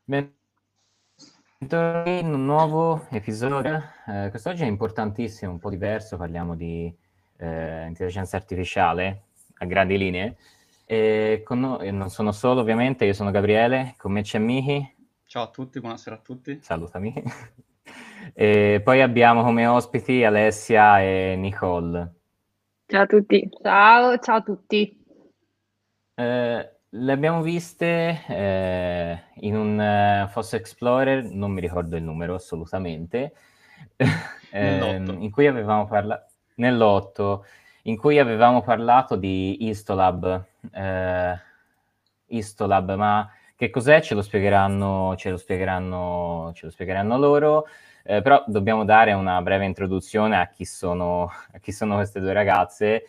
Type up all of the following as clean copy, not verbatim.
Bentornati in un nuovo episodio. Quest'oggi è importantissimo, un po' diverso, parliamo di intelligenza artificiale a grandi linee. E non sono solo, ovviamente, io sono Gabriele, con me c'è Michi. Ciao a tutti, buonasera a tutti. Salutami. E poi abbiamo come ospiti Alessia e Nicole. Ciao a tutti. Ciao a tutti. Le abbiamo viste in un Foss Explorer, non mi ricordo il numero assolutamente, Nell'8. in cui avevamo parlato nell'8, in cui avevamo parlato di Histolab, ma che cos'è? Ce lo spiegheranno loro. Però dobbiamo dare una breve introduzione a chi sono queste due ragazze.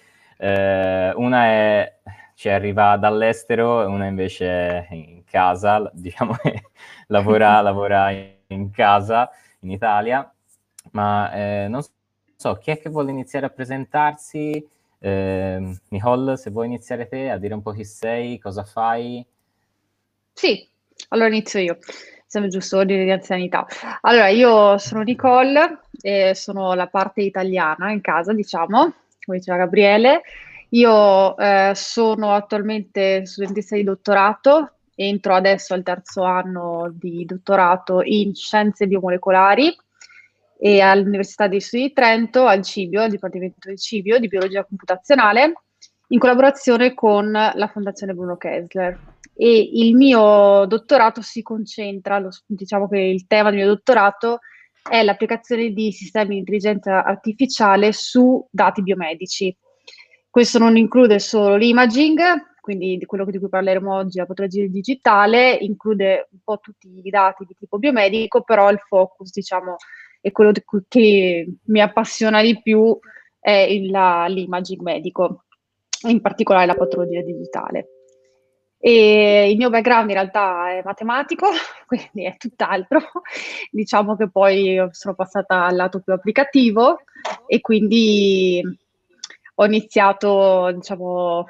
Una ci arriva dall'estero, una invece è in casa, diciamo che lavora in casa in Italia, ma non so chi è che vuole iniziare a presentarsi. Nicole, se vuoi iniziare te a dire un po' chi sei, cosa fai. Sì, allora inizio io, siamo giusto ordine di anzianità. Allora, io sono Nicole e sono la parte italiana in casa, diciamo, come diceva Gabriele. Io sono attualmente studentessa di dottorato, entro adesso al terzo anno di dottorato in scienze biomolecolari e all'Università dei Studi di Trento, al CIBIO, al Dipartimento del CIBIO di Biologia Computazionale, in collaborazione con la Fondazione Bruno Kessler. E il mio dottorato si concentra, diciamo che il tema del mio dottorato è l'applicazione di sistemi di intelligenza artificiale su dati biomedici. Questo non include solo l'imaging, quindi di quello di cui parleremo oggi, la patologia digitale, include un po' tutti i dati di tipo biomedico, però il focus, diciamo, è quello che mi appassiona di più è l'imaging medico, in particolare la patologia digitale. E il mio background in realtà è matematico, quindi è tutt'altro. Diciamo che poi sono passata al lato più applicativo e quindi ho iniziato, diciamo,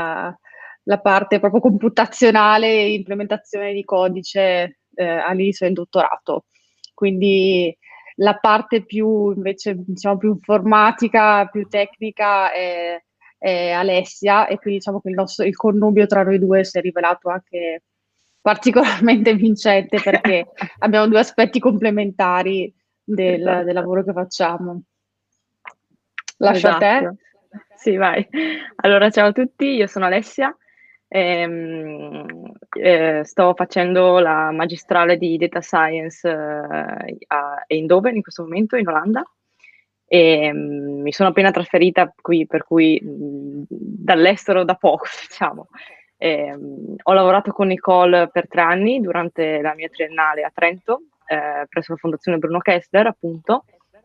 la parte proprio computazionale, implementazione di codice all'inizio del dottorato. Quindi la parte più, invece, diciamo, più informatica, più tecnica è Alessia, e quindi diciamo che il connubio tra noi due si è rivelato anche particolarmente vincente perché abbiamo due aspetti complementari del lavoro che facciamo. Lascio a te. Esatto. Sì, vai. Allora, ciao a tutti, io sono Alessia, sto facendo la magistrale di Data Science a Eindhoven in questo momento, in Olanda, e mi sono appena trasferita qui, per cui dall'estero da poco, diciamo. Ho lavorato con Nicole per 3 anni durante la mia triennale a Trento, presso la Fondazione Bruno Kessler, appunto.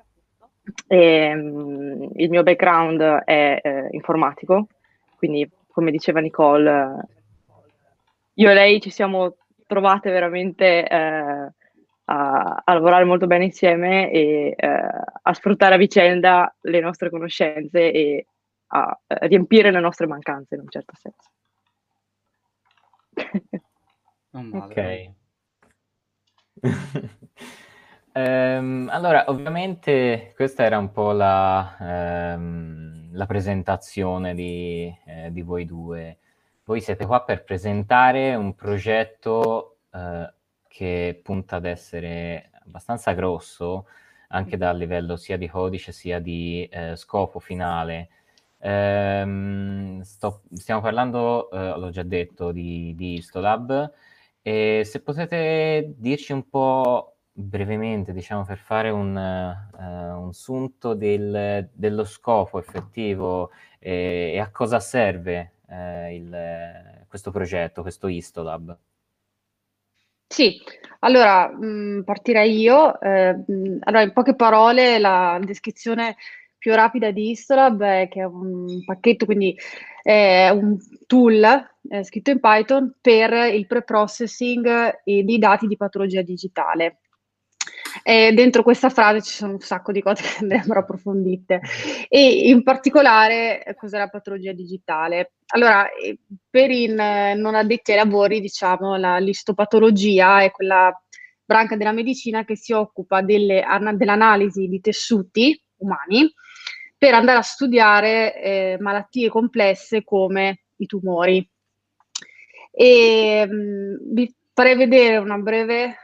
Il mio background è informatico, quindi come diceva Nicole, io e lei ci siamo trovate veramente a lavorare molto bene insieme e a sfruttare a vicenda le nostre conoscenze e a riempire le nostre mancanze in un certo senso. Non male. Ok. Allora, ovviamente questa era un po' la presentazione di voi due. Voi siete qua per presentare un progetto che punta ad essere abbastanza grosso, anche dal livello sia di codice sia di scopo finale. Stiamo parlando, l'ho già detto, di Histolab. E se potete dirci un po' brevemente, diciamo, per fare un sunto dello scopo effettivo e a cosa serve questo progetto, questo Histolab. Sì, allora partirei io. Allora, in poche parole, la descrizione più rapida di Histolab è che è un pacchetto, quindi è un tool scritto in Python per il pre-processing di dati di patologia digitale. E dentro questa frase ci sono un sacco di cose che andrebbero approfondite. E in particolare, cos'è la patologia digitale? Allora, per i non addetti ai lavori, diciamo, l'istopatologia è quella branca della medicina che si occupa dell'analisi di tessuti umani per andare a studiare malattie complesse come i tumori. E vi farei vedere una breve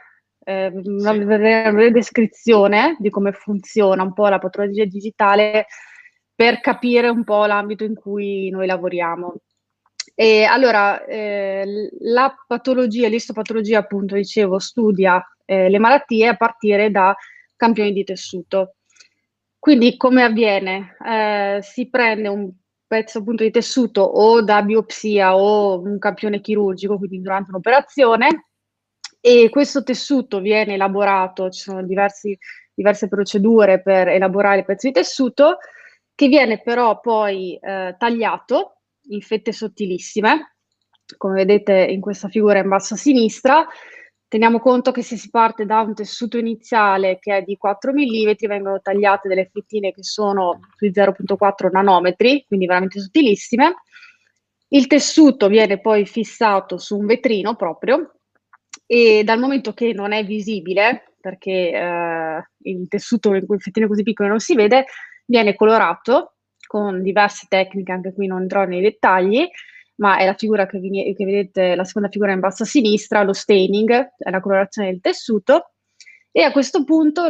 descrizione di come funziona un po' la patologia digitale per capire un po' l'ambito in cui noi lavoriamo. E allora, la patologia, l'istopatologia, appunto, dicevo, studia le malattie a partire da campioni di tessuto. Quindi come avviene? Si prende un pezzo appunto di tessuto o da biopsia o un campione chirurgico, quindi durante un'operazione, e questo tessuto viene elaborato, ci sono diverse procedure per elaborare il pezzo di tessuto, che viene però poi tagliato in fette sottilissime, come vedete in questa figura in basso a sinistra. Teniamo conto che se si parte da un tessuto iniziale che è di 4 mm, vengono tagliate delle fettine che sono sui 0,4 nanometri, quindi veramente sottilissime. Il tessuto viene poi fissato su un vetrino proprio, e dal momento che non è visibile, perché il tessuto in quei fettine così piccole non si vede, viene colorato con diverse tecniche, anche qui non entrerò nei dettagli, ma è la figura che vedete, la seconda figura in basso a sinistra, lo staining, è la colorazione del tessuto, e a questo punto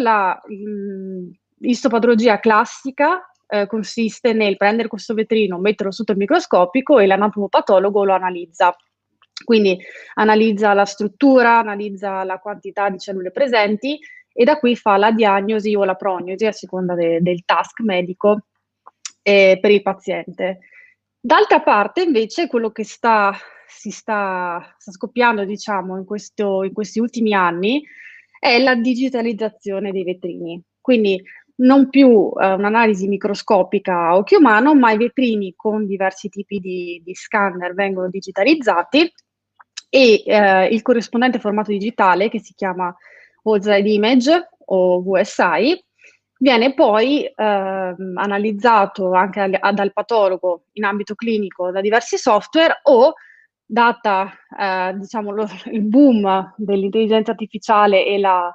l'istopatologia classica consiste nel prendere questo vetrino, metterlo sotto il microscopico e l'anatomopatologo lo analizza. Quindi analizza la struttura, analizza la quantità di cellule presenti e da qui fa la diagnosi o la prognosi a seconda del task medico per il paziente. D'altra parte, invece, quello che sta scoppiando, diciamo, in questi ultimi anni è la digitalizzazione dei vetrini. Quindi non più un'analisi microscopica a occhio umano, ma i vetrini con diversi tipi di scanner vengono digitalizzati e il corrispondente formato digitale, che si chiama Whole-Slide Image o WSI, viene poi analizzato anche dal patologo in ambito clinico da diversi software o, data diciamo, il boom dell'intelligenza artificiale e la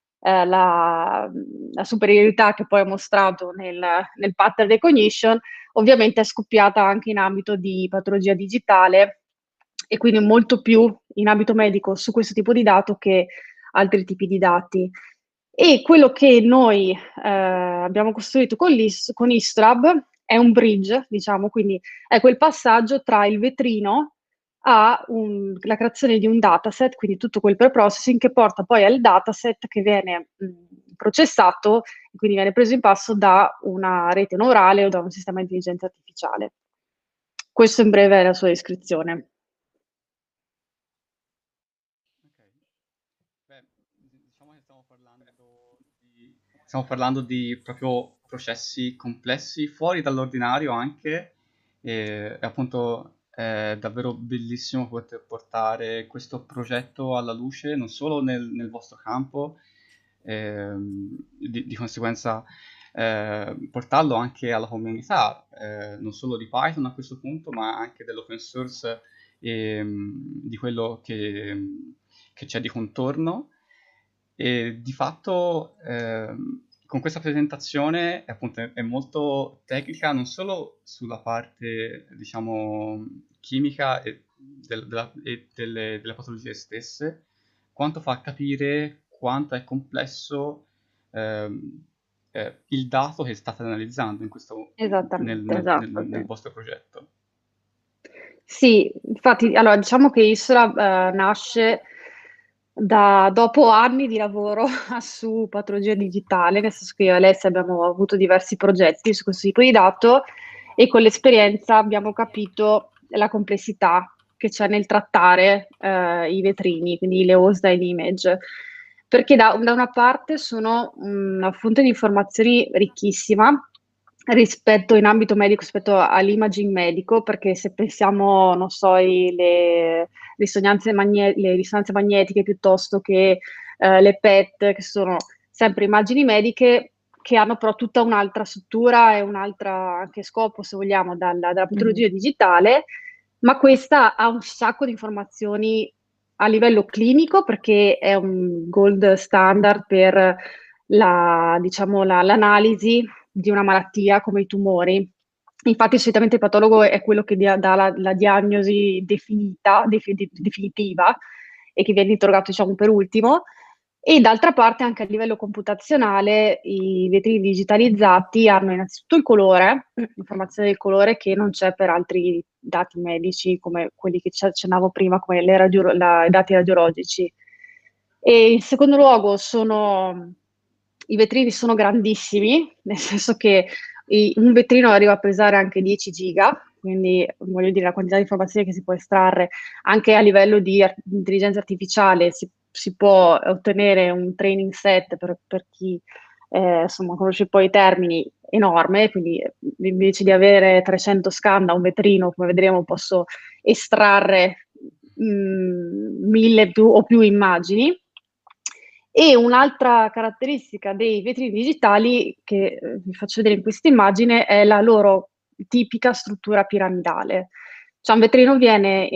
superiorità che poi ha mostrato nel pattern recognition, ovviamente è scoppiata anche in ambito di patologia digitale e quindi molto più in ambito medico su questo tipo di dato che altri tipi di dati. E quello che noi abbiamo costruito con Istrab è un bridge, diciamo, quindi è quel passaggio tra il vetrino la creazione di un dataset, quindi tutto quel pre-processing che porta poi al dataset che viene processato e quindi viene preso in passo da una rete neurale o da un sistema di intelligenza artificiale. Questo in breve è la sua descrizione. Diciamo che stiamo parlando di proprio processi complessi, fuori dall'ordinario anche, e appunto è davvero bellissimo poter portare questo progetto alla luce, non solo nel vostro campo, di conseguenza portarlo anche alla comunità, non solo di Python a questo punto, ma anche dell'open source e di quello che c'è di contorno. E di fatto con questa presentazione appunto è molto tecnica, non solo sulla parte, diciamo, chimica e delle patologie stesse, quanto fa capire quanto è complesso il dato che state analizzando in questo, Esattamente, nel vostro progetto. Sì, infatti, allora diciamo che Istrab nasce dopo anni di lavoro su patologia digitale, nel senso che io e Alessia abbiamo avuto diversi progetti su questo tipo di dato e con l'esperienza abbiamo capito la complessità che c'è nel trattare i vetrini, quindi le Whole-Slide Image, perché da una parte sono una fonte di informazioni ricchissima rispetto in ambito medico, rispetto all'imaging medico, perché se pensiamo, non so, le risonanze magnetiche piuttosto che le PET, che sono sempre immagini mediche che hanno però tutta un'altra struttura e un'altra anche scopo, se vogliamo, dalla patologia digitale, ma questa ha un sacco di informazioni a livello clinico perché è un gold standard per l'analisi di una malattia come i tumori. Infatti solitamente il patologo è quello che dà la diagnosi definitiva e che viene interrogato, diciamo, per ultimo. E d'altra parte anche a livello computazionale i vetrini digitalizzati hanno innanzitutto il colore, l'informazione del colore che non c'è per altri dati medici come quelli che ci accennavo prima, come i dati radiologici. E in secondo luogo i vetrini sono grandissimi, nel senso che un vetrino arriva a pesare anche 10 giga, quindi voglio dire la quantità di informazioni che si può estrarre anche a livello di intelligenza artificiale si può ottenere un training set per chi insomma, conosce poi i termini enorme, quindi invece di avere 300 scan da un vetrino, come vedremo, posso estrarre 1000 o più immagini. E un'altra caratteristica dei vetrini digitali che vi faccio vedere in questa immagine è la loro tipica struttura piramidale. Cioè un vetrino viene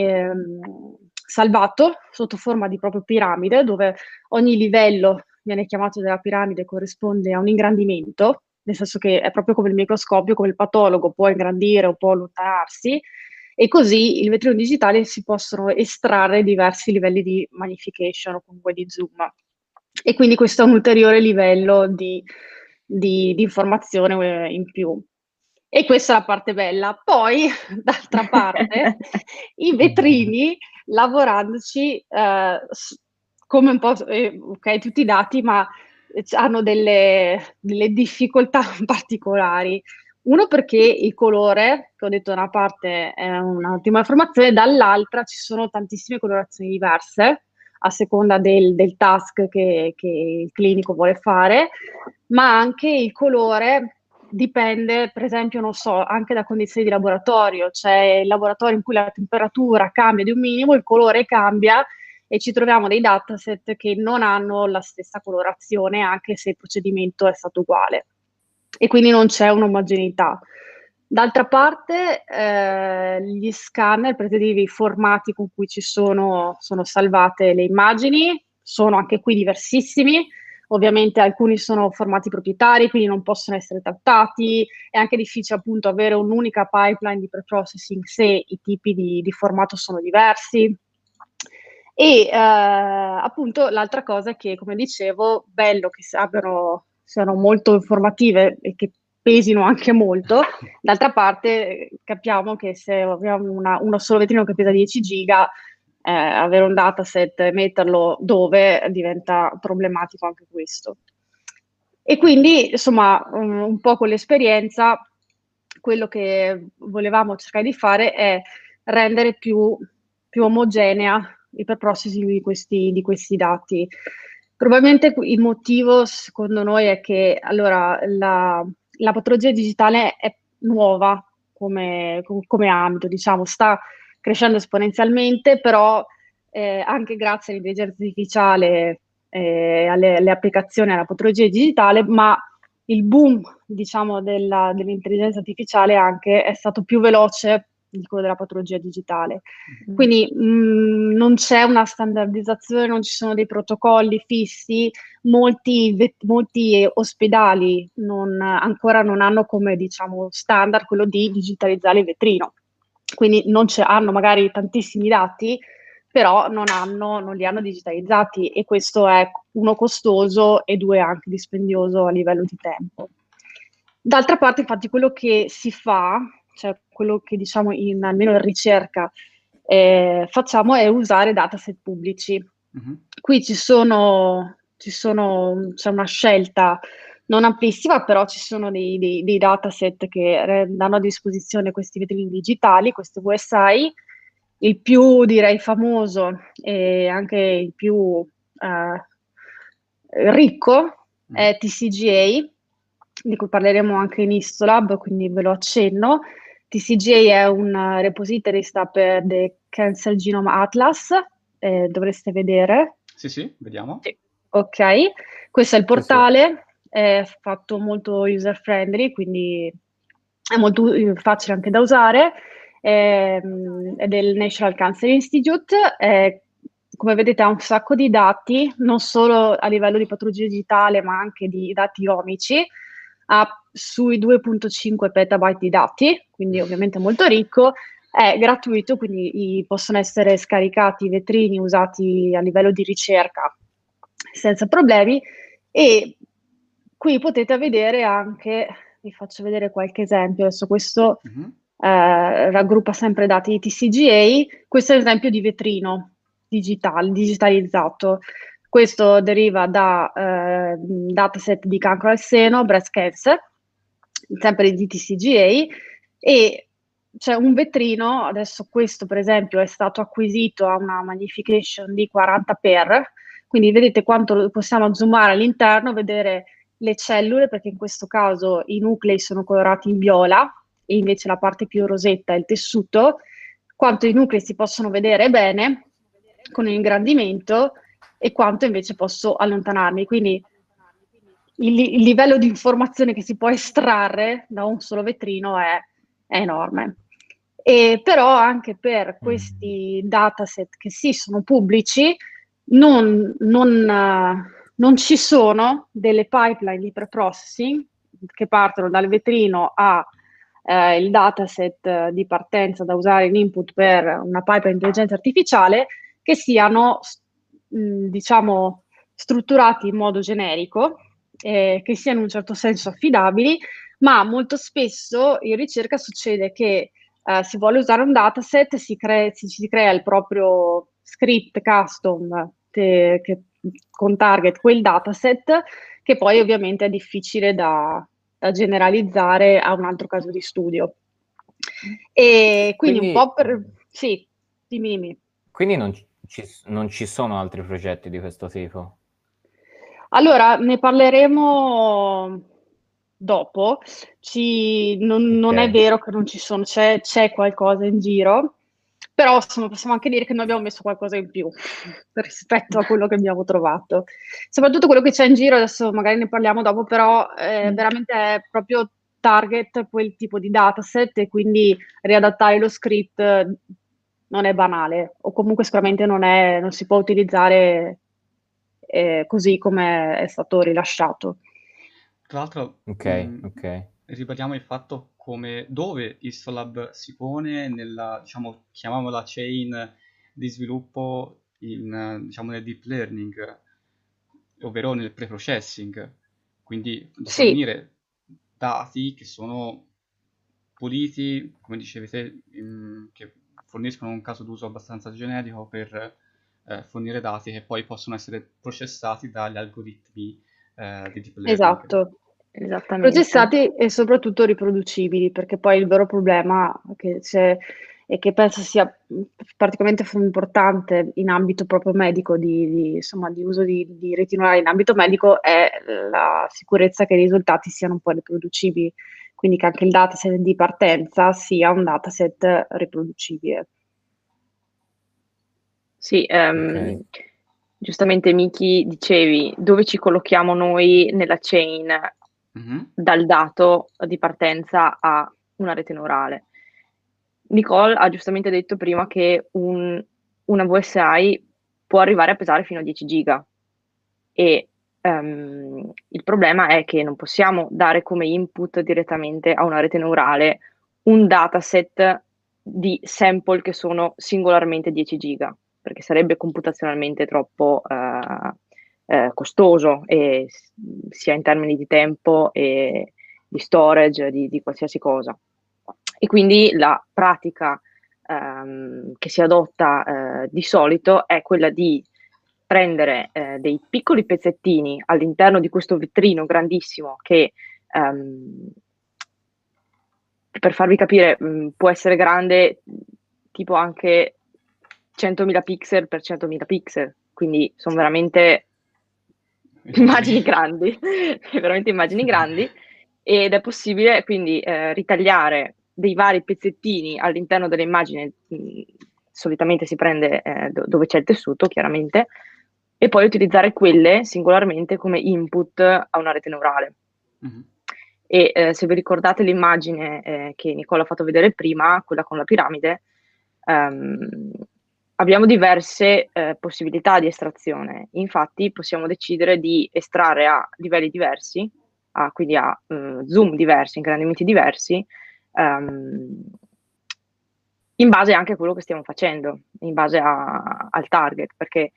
salvato sotto forma di proprio piramide, dove ogni livello viene chiamato della piramide corrisponde a un ingrandimento, nel senso che è proprio come il microscopio, come il patologo può ingrandire o può allontanarsi, e così il vetrino digitale si possono estrarre diversi livelli di magnification o comunque di zoom. E quindi questo è un ulteriore livello di informazione in più. E questa è la parte bella. Poi, d'altra parte, i vetrini, lavorandoci, come un po', ok, tutti i dati, ma hanno delle difficoltà particolari. Uno perché il colore, che ho detto da una parte è un'ottima informazione, dall'altra ci sono tantissime colorazioni diverse a seconda del task che il clinico vuole fare, ma anche il colore dipende, per esempio, non so, anche da condizioni di laboratorio. C'è il laboratorio in cui la temperatura cambia di un minimo, il colore cambia e ci troviamo dei dataset che non hanno la stessa colorazione anche se il procedimento è stato uguale e quindi non c'è un'omogeneità. D'altra parte, gli scanner, i formati con cui sono salvate le immagini, sono anche qui diversissimi. Ovviamente alcuni sono formati proprietari, quindi non possono essere trattati. È anche difficile appunto avere un'unica pipeline di preprocessing se i tipi di formato sono diversi. E appunto l'altra cosa è che, come dicevo, bello che siano molto informative e che pesino anche molto. D'altra parte capiamo che se abbiamo uno solo vetrino che pesa 10 giga, avere un dataset e metterlo dove diventa problematico anche questo. E quindi, insomma, un po' con l'esperienza, quello che volevamo cercare di fare è rendere più omogenea il preprocessing di questi dati. Probabilmente il motivo, secondo noi, è che allora, la patologia digitale è nuova come ambito, diciamo, sta crescendo esponenzialmente, però anche grazie all'intelligenza artificiale alle applicazioni alla patologia digitale, ma il boom, diciamo, dell'intelligenza artificiale anche è stato più veloce di quello della patologia digitale. Quindi non c'è una standardizzazione, non ci sono dei protocolli fissi, molti ospedali ancora non hanno come, diciamo, standard quello di digitalizzare il vetrino. Quindi hanno magari tantissimi dati, però non li hanno digitalizzati e questo è uno costoso e due anche dispendioso a livello di tempo. D'altra parte, infatti, quello che si fa, cioè quello che diciamo almeno in ricerca facciamo è usare dataset pubblici. Qui c'è una scelta non amplissima, però ci sono dei dataset che danno a disposizione questi vetrini digitali, questo VSI. Il più, direi, famoso e anche il più ricco è TCGA, di cui parleremo anche in Histolab, quindi ve lo accenno. TCGA è un repository, sta per The Cancer Genome Atlas, dovreste vedere. Sì, vediamo. Sì. Ok, questo è il Sì, sì. portale, è fatto molto user friendly, quindi è molto facile anche da usare, è del National Cancer Institute, come vedete ha un sacco di dati, non solo a livello di patologia digitale, ma anche di dati omici, ha sui 2,5 petabyte di dati, quindi ovviamente molto ricco, è gratuito, quindi possono essere scaricati i vetrini usati a livello di ricerca senza problemi e qui potete vedere anche, vi faccio vedere qualche esempio, adesso questo Mhm. raggruppa sempre dati di TCGA, questo è l'esempio di vetrino digitalizzato. Questo deriva da dataset di cancro al seno, breast cancer, sempre di TCGA, e c'è un vetrino, adesso questo per esempio è stato acquisito a una magnification di 40 per, quindi vedete quanto possiamo zoomare all'interno, vedere le cellule, perché in questo caso i nuclei sono colorati in viola e invece la parte più rosetta è il tessuto, quanto i nuclei si possono vedere bene con il e quanto invece posso allontanarmi. Quindi il livello di informazione che si può estrarre da un solo vetrino è enorme. E però anche per questi dataset che sì sono pubblici, non ci sono delle pipeline di preprocessing che partono dal vetrino a il dataset di partenza da usare in input per una pipeline di intelligenza artificiale che siano, diciamo, strutturati in modo generico, che siano in un certo senso affidabili, ma molto spesso in ricerca succede che si vuole usare un dataset, si crea il proprio script custom con target quel dataset, che poi ovviamente è difficile da generalizzare a un altro caso di studio. E quindi un po' Quindi, per... Sì, dimmi. quindi non ci sono altri progetti di questo tipo? Allora, ne parleremo dopo. Non è Ok. vero che non ci sono, c'è qualcosa in giro, però insomma, possiamo anche dire che noi abbiamo messo qualcosa in più rispetto a quello che abbiamo trovato. Soprattutto quello che c'è in giro, adesso magari ne parliamo dopo, però veramente è proprio target quel tipo di dataset e quindi riadattare lo script non è banale, o comunque sicuramente non si può utilizzare così come è stato rilasciato. Tra l'altro, Ok, ok. ribadiamo il fatto dove Istolab si pone nella, diciamo, chiamiamola chain di sviluppo diciamo, nel deep learning, ovvero nel pre-processing, quindi di Sì, fornire dati che sono puliti, come dicevi te, che forniscono un caso d'uso abbastanza generico per fornire dati che poi possono essere processati dagli algoritmi di deep learning. esatto. Esattamente. Processati e soprattutto riproducibili, perché poi il vero problema che c'è e che penso sia particolarmente importante in ambito proprio medico, insomma, di uso di retinolari in ambito medico, è la sicurezza che i risultati siano un po' riproducibili, quindi che anche il dataset di partenza sia un dataset riproducibile. Sì, Ok. giustamente Miki dicevi dove ci collochiamo noi nella chain Mhm. dal dato di partenza a una rete neurale. Nicole ha giustamente detto prima che una VSI può arrivare a pesare fino a 10 giga e il problema è che non possiamo dare come input direttamente a una rete neurale un dataset di sample che sono singolarmente 10 giga, perché sarebbe computazionalmente troppo costoso, sia in termini di tempo e di storage, di qualsiasi cosa. E quindi la pratica che si adotta di solito è quella di prendere dei piccoli pezzettini all'interno di questo vetrino grandissimo che per farvi capire può essere grande tipo anche 100.000 pixel per 100.000 pixel, quindi sono veramente Enormi. immagini grandi, veramente immagini grandi, ed è possibile quindi ritagliare dei vari pezzettini all'interno dell'immagine, solitamente si prende dove c'è il tessuto, chiaramente, e poi utilizzare quelle singolarmente come input a una rete neurale. Mhm. E se vi ricordate l'immagine che Nicola ha fatto vedere prima, quella con la piramide, abbiamo diverse possibilità di estrazione. Infatti possiamo decidere di estrarre a livelli diversi, quindi a zoom diversi, ingrandimenti diversi, in base anche a quello che stiamo facendo, in base al target, perché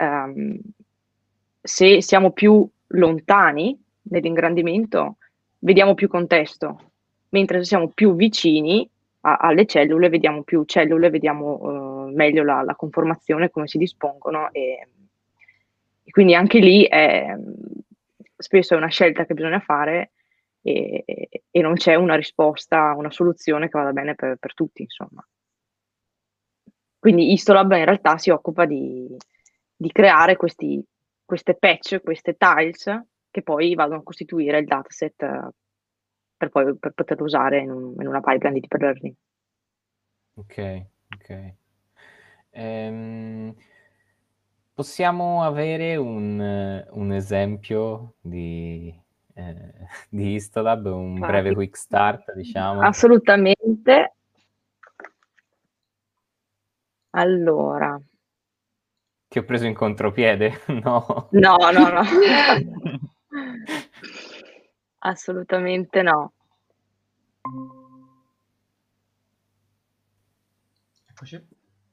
se siamo più lontani nell'ingrandimento, vediamo più contesto, mentre se siamo più vicini alle cellule, vediamo più cellule, vediamo meglio la conformazione, come si dispongono e quindi anche lì spesso è una scelta che bisogna fare e non c'è una risposta, una soluzione che vada bene per tutti, insomma. Quindi Histolab in realtà si occupa di creare queste patch, queste tiles che poi vanno a costituire il dataset per poterlo usare in una pipeline di deep learning. Ok, ok. Ehm, possiamo avere un esempio di Histolab, un breve Vai. quick start, diciamo? Assolutamente. Allora, Ti ho preso in contropiede? No. no. Assolutamente no. Eccoci.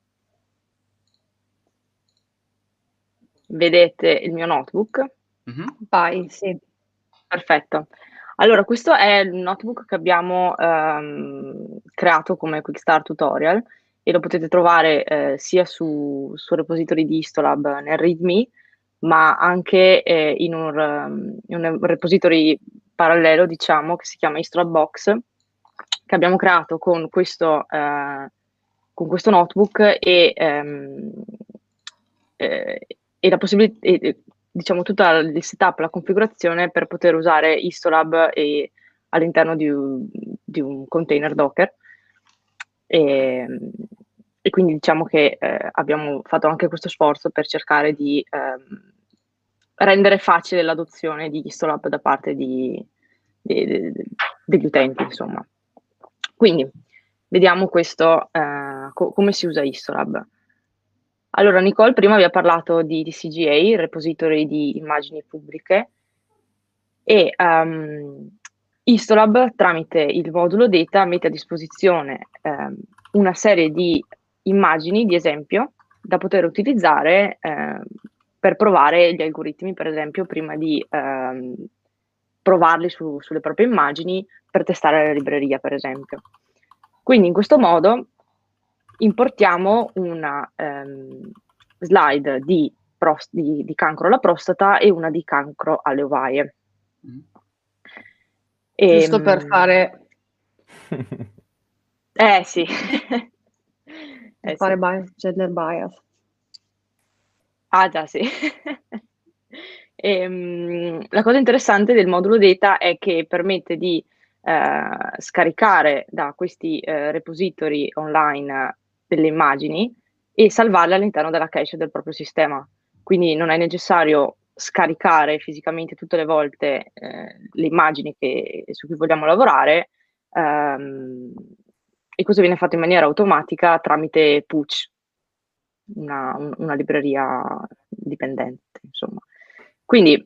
Vedete il mio notebook? Mhm. Vai, sì. Perfetto. Allora, questo è il notebook che abbiamo creato come Quick Start Tutorial e lo potete trovare sia sul repository di Histolab nel README, ma anche in un repository parallelo, diciamo, che si chiama Histolab Box, che abbiamo creato con questo notebook e la possibilità, diciamo, tutto il setup, la configurazione per poter usare Histolab all'interno di un container Docker. E quindi diciamo che abbiamo fatto anche questo sforzo per cercare di rendere facile l'adozione di Histolab da parte degli utenti, insomma. Quindi vediamo questo, come si usa Histolab. Allora, Nicole prima vi ha parlato di TCGA, il repository di immagini pubbliche, e Histolab tramite il modulo data mette a disposizione una serie di immagini, di esempio, da poter utilizzare per provare gli algoritmi, per esempio, prima di provarli sulle proprie immagini per testare la libreria, per esempio. Quindi in questo modo importiamo una slide di cancro alla prostata e una di cancro alle ovaie. Giusto per fare Sì. fare gender bias. Ah già, sì. La cosa interessante del modulo data è che permette di scaricare da questi repository online delle immagini e salvarle all'interno della cache del proprio sistema. Quindi non è necessario scaricare fisicamente tutte le volte le immagini su cui vogliamo lavorare, e questo viene fatto in maniera automatica tramite Pooch, una libreria dipendente, insomma. Quindi,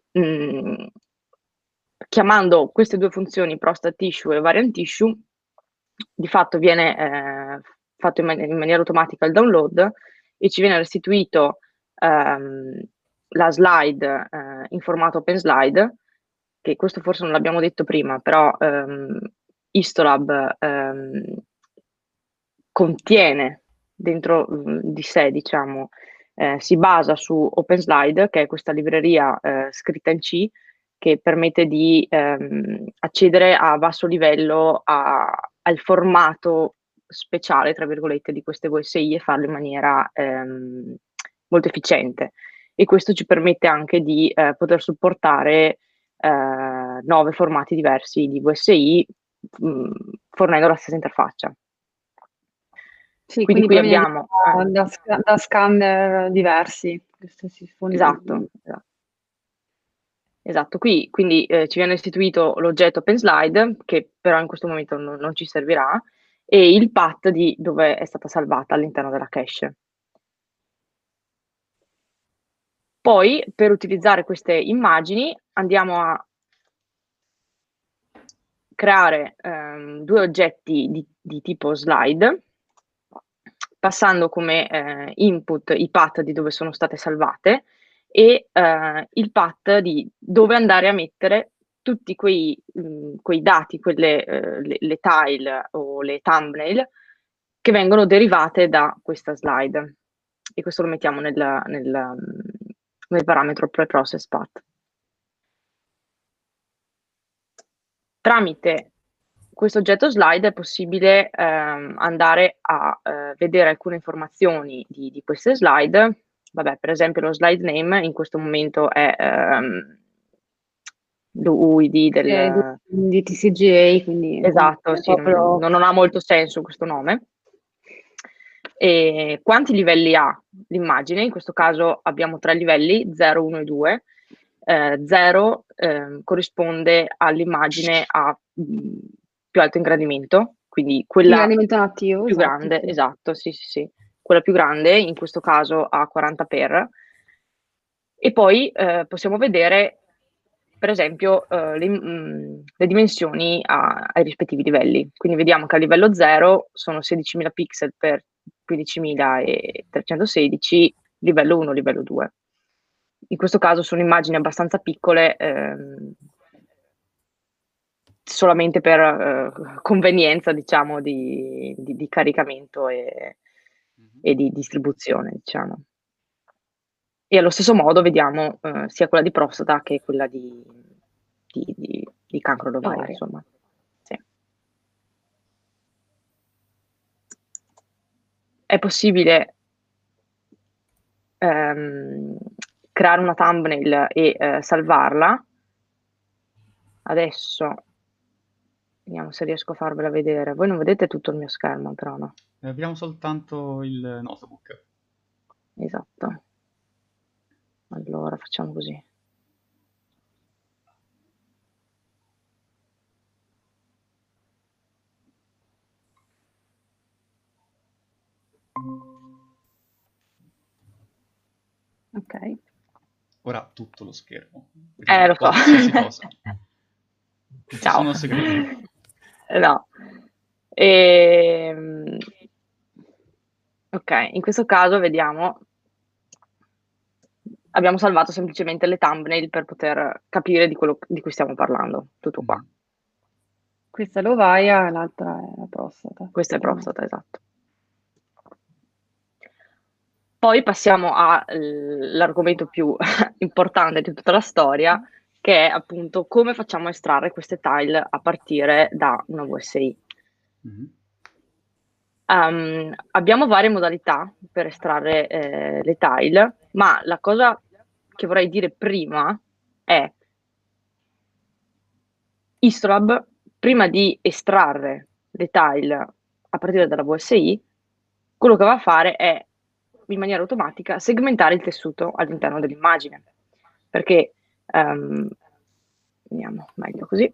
chiamando queste due funzioni, prostate tissue e variant tissue, di fatto viene fatto in maniera automatica il download e ci viene restituito la slide in formato OpenSlide, che questo forse non l'abbiamo detto prima, però Histolab contiene dentro di sé, diciamo, si basa su OpenSlide, che è questa libreria scritta in C, che permette di accedere a basso livello al formato speciale, tra virgolette, di queste VSI e farlo in maniera molto efficiente. E questo ci permette anche di poter supportare 9 formati diversi di VSI, fornendo la stessa interfaccia. Sì, Quindi qui proviene abbiamo da scanner diversi, questi sifoni. Esatto, esatto. Esatto, qui quindi ci viene istituito l'oggetto OpenSlide, che però in questo momento non ci servirà, e il path di dove è stata salvata all'interno della cache. Poi, per utilizzare queste immagini, andiamo a creare 2 oggetti di tipo slide, passando come input i path di dove sono state salvate e il path di dove andare a mettere tutti quei dati, le tile o le thumbnail che vengono derivate da questa slide. E questo lo mettiamo nel parametro preprocess path. Tramite questo oggetto slide è possibile andare a vedere alcune informazioni di queste slide. Vabbè, per esempio lo slide name in questo momento è l'UID di TCGA, quindi esatto, sì, proprio... non ha molto senso questo nome. E quanti livelli ha l'immagine? In questo caso abbiamo 3 livelli, 0, 1 e 2. 0 corrisponde all'immagine a più alto ingrandimento, quindi quella ingrandimento nativo, più esatto, grande, sì. esatto, sì. Quella più grande, in questo caso a 40 x. E poi possiamo vedere, per esempio, le dimensioni ai rispettivi livelli. Quindi vediamo che a livello 0 sono 16.000 pixel per 15.316, livello 1, livello 2. In questo caso sono immagini abbastanza piccole, solamente per convenienza, diciamo, di caricamento e di distribuzione, diciamo. E allo stesso modo vediamo sia quella di prostata che quella di cancro d'ovario, insomma. Sì. È possibile creare una thumbnail e salvarla. Adesso vediamo se riesco a farvela vedere. Voi non vedete tutto il mio schermo, però, no? Abbiamo soltanto il notebook. Esatto. Allora facciamo così. Ok. Ora tutto lo schermo. Lo so. Qualsiasi cosa. Ciao. Sono segreti. No. Ok, in questo caso vediamo, abbiamo salvato semplicemente le thumbnail per poter capire di quello di cui stiamo parlando. Tutto qua. Questa è l'ovaia e l'altra è la prostata. Questa è prostata, esatto. Poi passiamo all'argomento più importante di tutta la storia, che è appunto come facciamo a estrarre queste tile a partire da una VSI. Abbiamo varie modalità per estrarre le tile, ma la cosa che vorrei dire prima è Istrolab, prima di estrarre le tile a partire dalla VSI, quello che va a fare è in maniera automatica segmentare il tessuto all'interno dell'immagine, perché vediamo meglio così,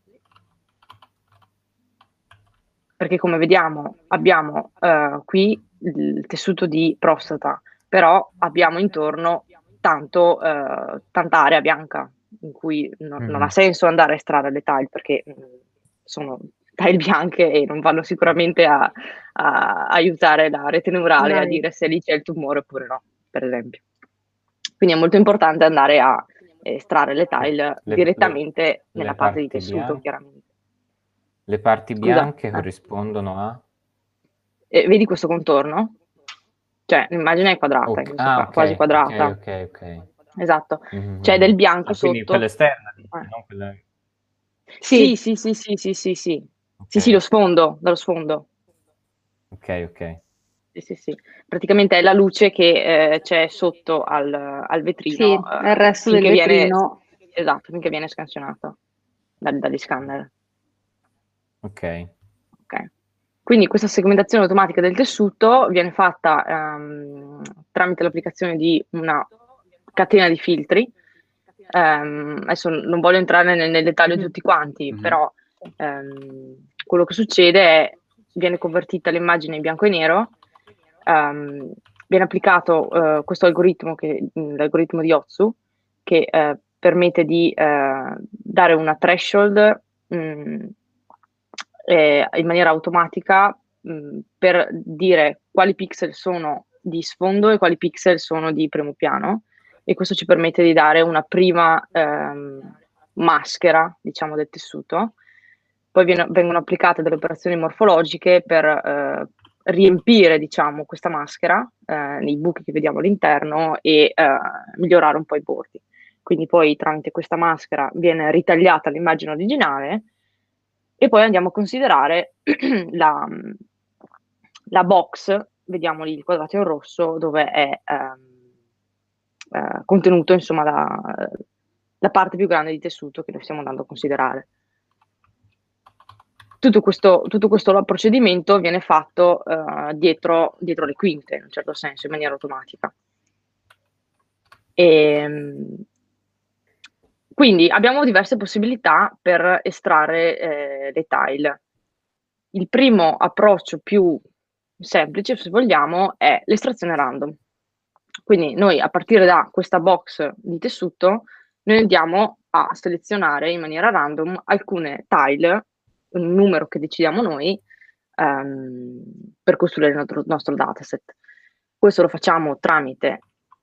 perché come vediamo abbiamo qui il tessuto di prostata, però abbiamo intorno tanta area bianca in cui non ha senso andare a estrarre le tile, perché sono tile bianche e non vanno sicuramente a aiutare la rete neurale a dire se lì c'è il tumore oppure no, per esempio. Quindi è molto importante andare a estrarre le tile direttamente nella parte di tessuto, chiaramente. Le parti bianche corrispondono a? Vedi questo contorno? Cioè, l'immagine è quadrata, quasi quadrata. Ok. Esatto. C'è del bianco sotto. Quindi quella esterna, non quella... Sì. Sì, lo sfondo, dallo sfondo. Ok. Sì. Praticamente è la luce che c'è sotto al vetrino. Sì, il resto del vetrino. Esatto, finché viene scansionata dagli scanner. Ok. Quindi questa segmentazione automatica del tessuto viene fatta tramite l'applicazione di una catena di filtri. Adesso non voglio entrare nel dettaglio di tutti quanti, però quello che succede è viene convertita l'immagine in bianco e nero, viene applicato questo algoritmo, l'algoritmo di Otsu, che permette di dare una threshold in maniera automatica per dire quali pixel sono di sfondo e quali pixel sono di primo piano, e questo ci permette di dare una prima maschera, diciamo, del tessuto. Poi vengono applicate delle operazioni morfologiche per riempire, diciamo, questa maschera nei buchi che vediamo all'interno e migliorare un po' i bordi. Quindi poi tramite questa maschera viene ritagliata l'immagine originale, e poi andiamo a considerare la box, vediamo lì il quadrato in rosso, dove è contenuto, insomma, la parte più grande di tessuto che noi stiamo andando a considerare. Tutto questo procedimento viene fatto dietro le quinte, in un certo senso, in maniera automatica. Quindi abbiamo diverse possibilità per estrarre le tile. Il primo approccio più semplice, se vogliamo, è l'estrazione random. Quindi noi, a partire da questa box di tessuto, noi andiamo a selezionare in maniera random alcune tile, un numero che decidiamo noi, per costruire il nostro dataset. Questo lo facciamo tramite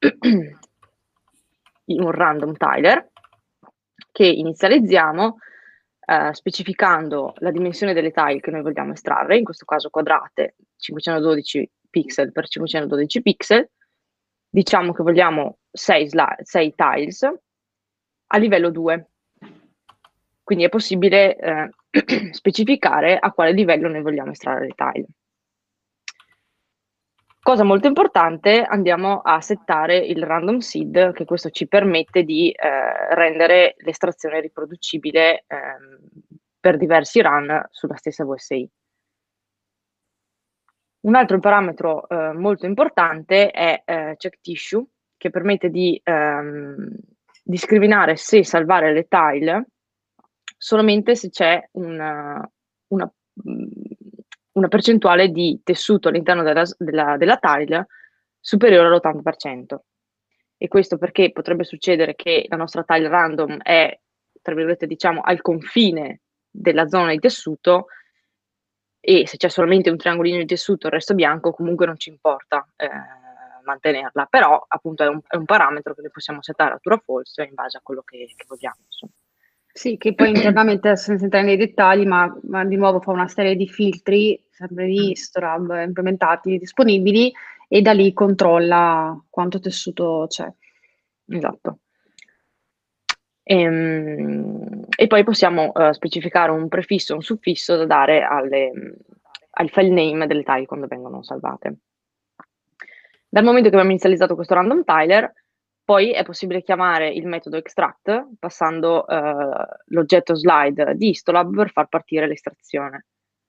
un random tiler che inizializziamo specificando la dimensione delle tile che noi vogliamo estrarre, in questo caso quadrate, 512 pixel per 512 pixel. Diciamo che vogliamo 6 tiles a livello 2. Quindi è possibile specificare a quale livello noi vogliamo estrarre le tile. Cosa molto importante, andiamo a settare il random seed, che questo ci permette di rendere l'estrazione riproducibile per diversi run sulla stessa VSI. Un altro parametro molto importante è check tissue, che permette di discriminare se salvare le tile solamente se c'è una percentuale di tessuto all'interno della tile superiore all'80%. E questo perché potrebbe succedere che la nostra tile random è, tra virgolette, diciamo, al confine della zona di tessuto, e se c'è solamente un triangolino di tessuto e il resto bianco, comunque non ci importa mantenerla, però appunto è un parametro che noi possiamo settare a true o false in base a quello che vogliamo, insomma. Sì, che poi internamente, senza entrare nei dettagli, ma di nuovo fa una serie di filtri, sempre di Storab implementati, disponibili, e da lì controlla quanto tessuto c'è. Esatto. E poi possiamo specificare un prefisso o un suffisso da dare al file name delle tile quando vengono salvate. Dal momento che abbiamo inizializzato questo random tiler, poi è possibile chiamare il metodo extract passando l'oggetto slide di Histolab per far partire l'estrazione.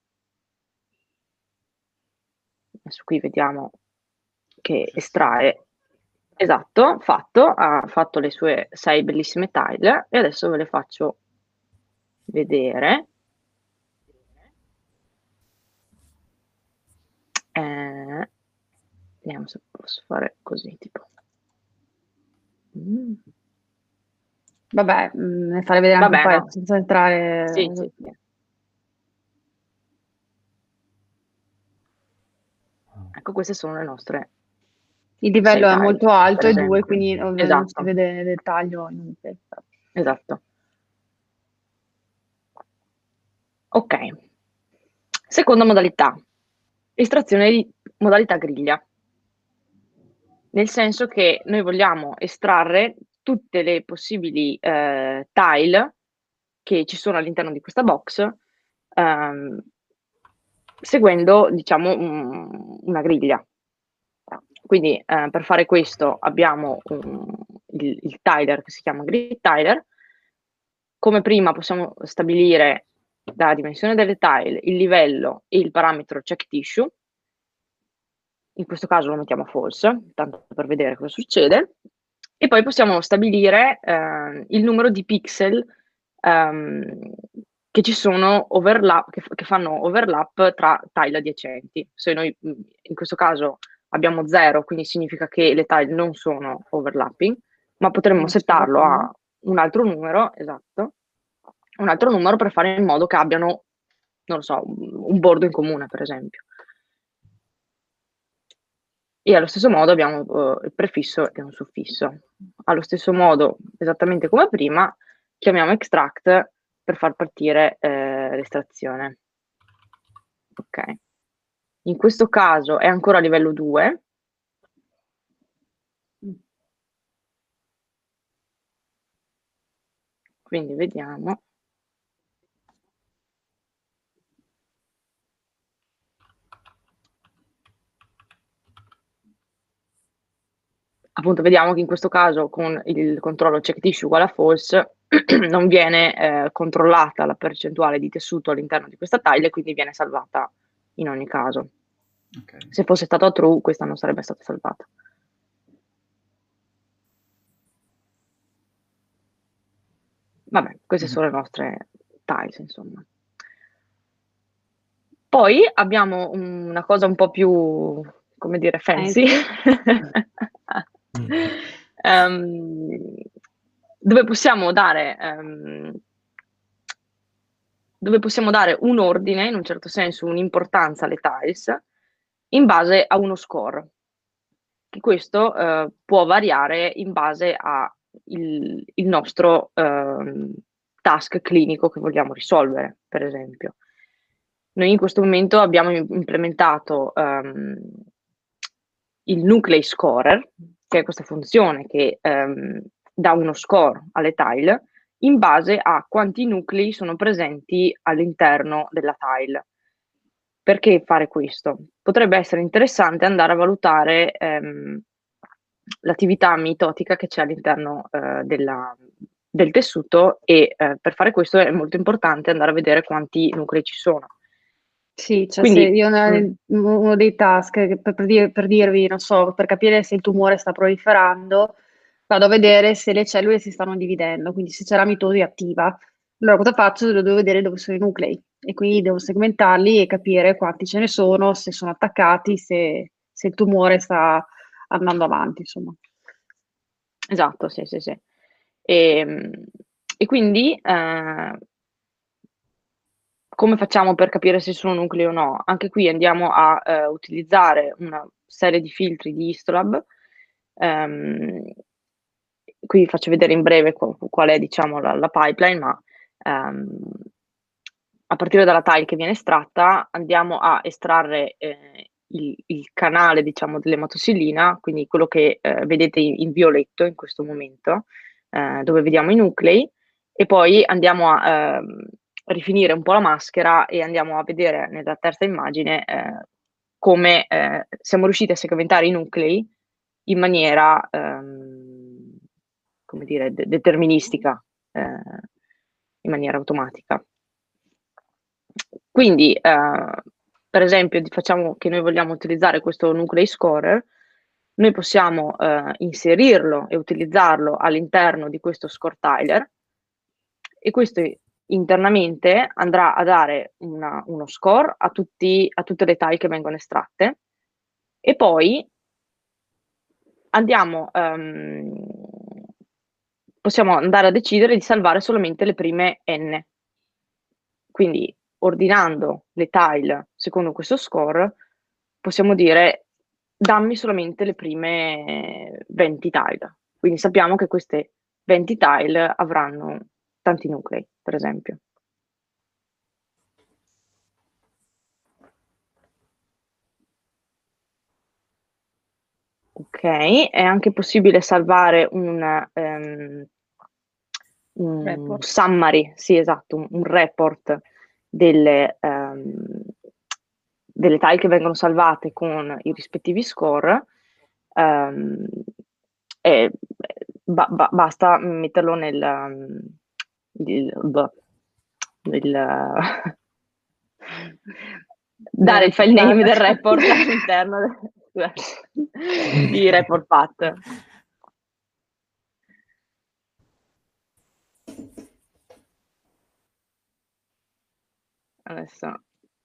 Adesso qui vediamo che estrae. Esatto, ha fatto le sue 6 bellissime tile e adesso ve le faccio vedere. Vediamo se posso fare così, tipo. Vabbè, ne farei vedere anche un paio, no, senza entrare. Sì. Ecco, queste sono le nostre. Il livello è molto alto, è 2, quindi esatto, non si vede nel dettaglio inutile. Esatto. Ok. Seconda modalità. Estrazione di modalità griglia. Nel senso che noi vogliamo estrarre tutte le possibili tile che ci sono all'interno di questa box seguendo, diciamo, una griglia. Quindi per fare questo abbiamo il tiler che si chiama grid tiler. Come prima possiamo stabilire la dimensione delle tile, il livello e il parametro check tissue. In questo caso lo mettiamo false, tanto per vedere cosa succede. E poi possiamo stabilire il numero di pixel che ci sono che fanno overlap tra tile adiacenti. Se noi in questo caso abbiamo 0, quindi significa che le tile non sono overlapping, ma potremmo settarlo a un altro numero, esatto, un altro numero per fare in modo che abbiano, non lo so, un bordo in comune, per esempio. E allo stesso modo abbiamo il prefisso e un suffisso. Allo stesso modo, esattamente come prima, chiamiamo extract per far partire l'estrazione. Ok. In questo caso è ancora a livello 2. Quindi vediamo. Appunto, vediamo che in questo caso con il controllo check tissue uguale a false non viene controllata la percentuale di tessuto all'interno di questa tile e quindi viene salvata in ogni caso. Okay. Se fosse stato a true, questa non sarebbe stata salvata. Vabbè, queste sono le nostre tiles, insomma. Poi abbiamo una cosa un po' più, come dire, fancy. Dove possiamo dare un ordine, in un certo senso un'importanza alle tiles, in base a uno score. Che questo può variare in base a il nostro task clinico che vogliamo risolvere, per esempio. Noi in questo momento abbiamo implementato il nuclei scorer, che è questa funzione che dà uno score alle tile in base a quanti nuclei sono presenti all'interno della tile. Perché fare questo? Potrebbe essere interessante andare a valutare l'attività mitotica che c'è all'interno del tessuto e per fare questo è molto importante andare a vedere quanti nuclei ci sono. Sì, cioè Quindi, se io uno dei task per dirvi, non so, per capire se il tumore sta proliferando, vado a vedere se le cellule si stanno dividendo, quindi se c'è la mitosi attiva. Allora cosa faccio? Devo vedere dove sono i nuclei e quindi devo segmentarli e capire quanti ce ne sono, se sono attaccati, se il tumore sta andando avanti, insomma. esatto, sì. E quindi come facciamo per capire se sono nuclei o no? Anche qui andiamo a utilizzare una serie di filtri di Histolab. Qui faccio vedere in breve qual è, diciamo, la pipeline, ma a partire dalla tile che viene estratta andiamo a estrarre il canale, diciamo, dell'ematosillina, quindi quello che vedete in violetto in questo momento, dove vediamo i nuclei, e poi andiamo a rifinire un po' la maschera e andiamo a vedere nella terza immagine come siamo riusciti a segmentare i nuclei in maniera, come dire, deterministica, in maniera automatica. Quindi, per esempio, facciamo che noi vogliamo utilizzare questo nuclei scorer, noi possiamo inserirlo e utilizzarlo all'interno di questo score tiler e questo internamente andrà a dare uno score a tutte le tile che vengono estratte e poi possiamo andare a decidere di salvare solamente le prime n. Quindi ordinando le tile secondo questo score possiamo dire dammi solamente le prime 20 tile. Quindi sappiamo che queste 20 tile avranno tanti nuclei, per esempio. Ok, è anche possibile salvare un summary, sì, esatto, un report delle tile che vengono salvate con i rispettivi score. E basta metterlo dare il file name del report all'interno di report path. adesso.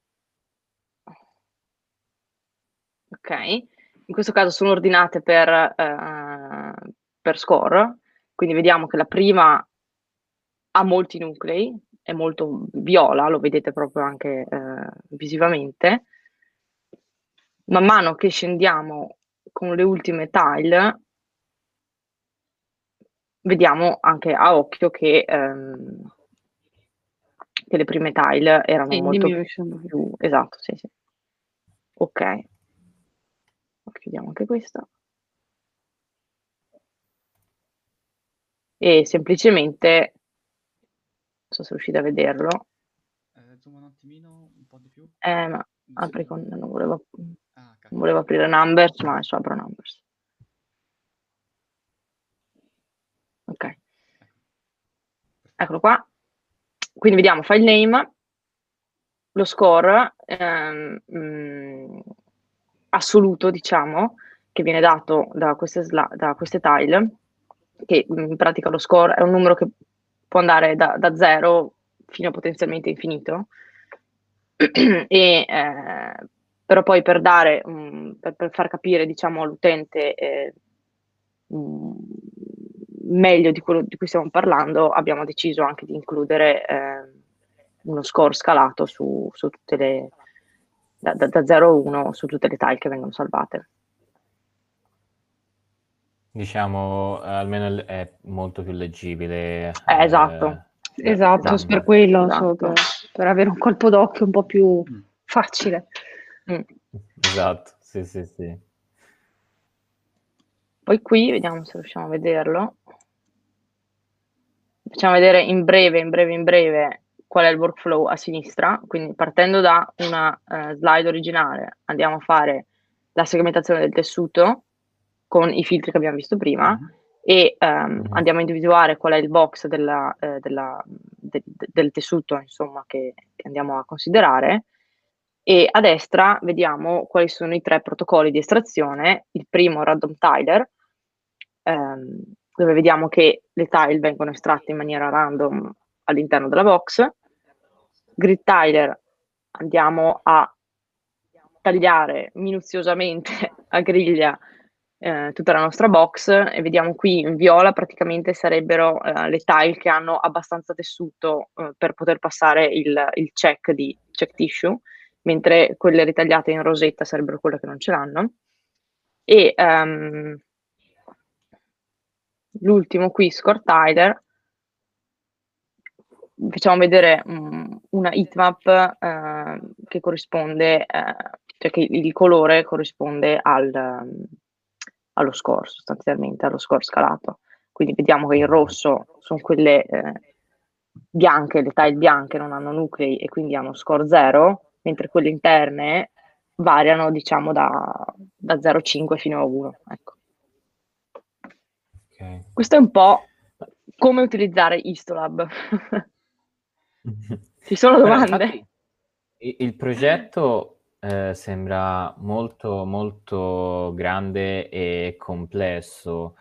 Ok, in questo caso sono ordinate per score, quindi vediamo che la prima ha molti nuclei, è molto viola, lo vedete proprio anche visivamente. Man mano che scendiamo con le ultime tile, vediamo anche a occhio che le prime tile erano Sì, molto diminuisce un po' più. esatto, sì, sì. Ok, chiudiamo anche questa. E semplicemente, non so se riuscite a vederlo, Zoom un attimino, un po' di più. ma apri Zoom. non Ah, cacchio. volevo aprire Numbers, ma adesso apro Numbers. Ok, eccolo qua. Quindi vediamo file name, lo score assoluto, diciamo, che viene dato da queste tile, che in pratica lo score è un numero che può andare da 0 fino a potenzialmente infinito. E, però poi per dare, per far capire, diciamo, all'utente meglio di quello di cui stiamo parlando, abbiamo deciso anche di includere uno score scalato su tutte le da 0 a 1 su tutte le tile che vengono salvate. Diciamo, almeno è molto più leggibile. Esatto. Esatto, Esatto. per quello, Esatto. solo per avere un colpo d'occhio un po' più facile. Esatto, sì, sì, sì. Poi qui vediamo se riusciamo a vederlo. Facciamo vedere in breve qual è il workflow a sinistra. Quindi partendo da una slide originale andiamo a fare la segmentazione del tessuto con i filtri che abbiamo visto prima e andiamo a individuare qual è il box del tessuto, insomma, che andiamo a considerare. E a destra vediamo quali sono i 3 protocolli di estrazione. Il primo, Random Tiler, dove vediamo che le tile vengono estratte in maniera random all'interno della box. Grid Tiler, andiamo a tagliare minuziosamente a griglia tutta la nostra box e vediamo qui in viola praticamente sarebbero le tile che hanno abbastanza tessuto per poter passare il check di check tissue, mentre quelle ritagliate in rosetta sarebbero quelle che non ce l'hanno. E l'ultimo qui, Score Tiler, facciamo vedere una heatmap che corrisponde, cioè che il colore corrisponde allo score, sostanzialmente, allo score scalato. Quindi vediamo che il rosso sono quelle bianche, le tile bianche non hanno nuclei e quindi hanno score 0, mentre quelle interne variano, diciamo, da 0,5 fino a 1. Ecco. Okay. Questo è un po' come utilizzare Histolab. Ci sono domande? Infatti, il progetto sembra molto, molto grande e complesso.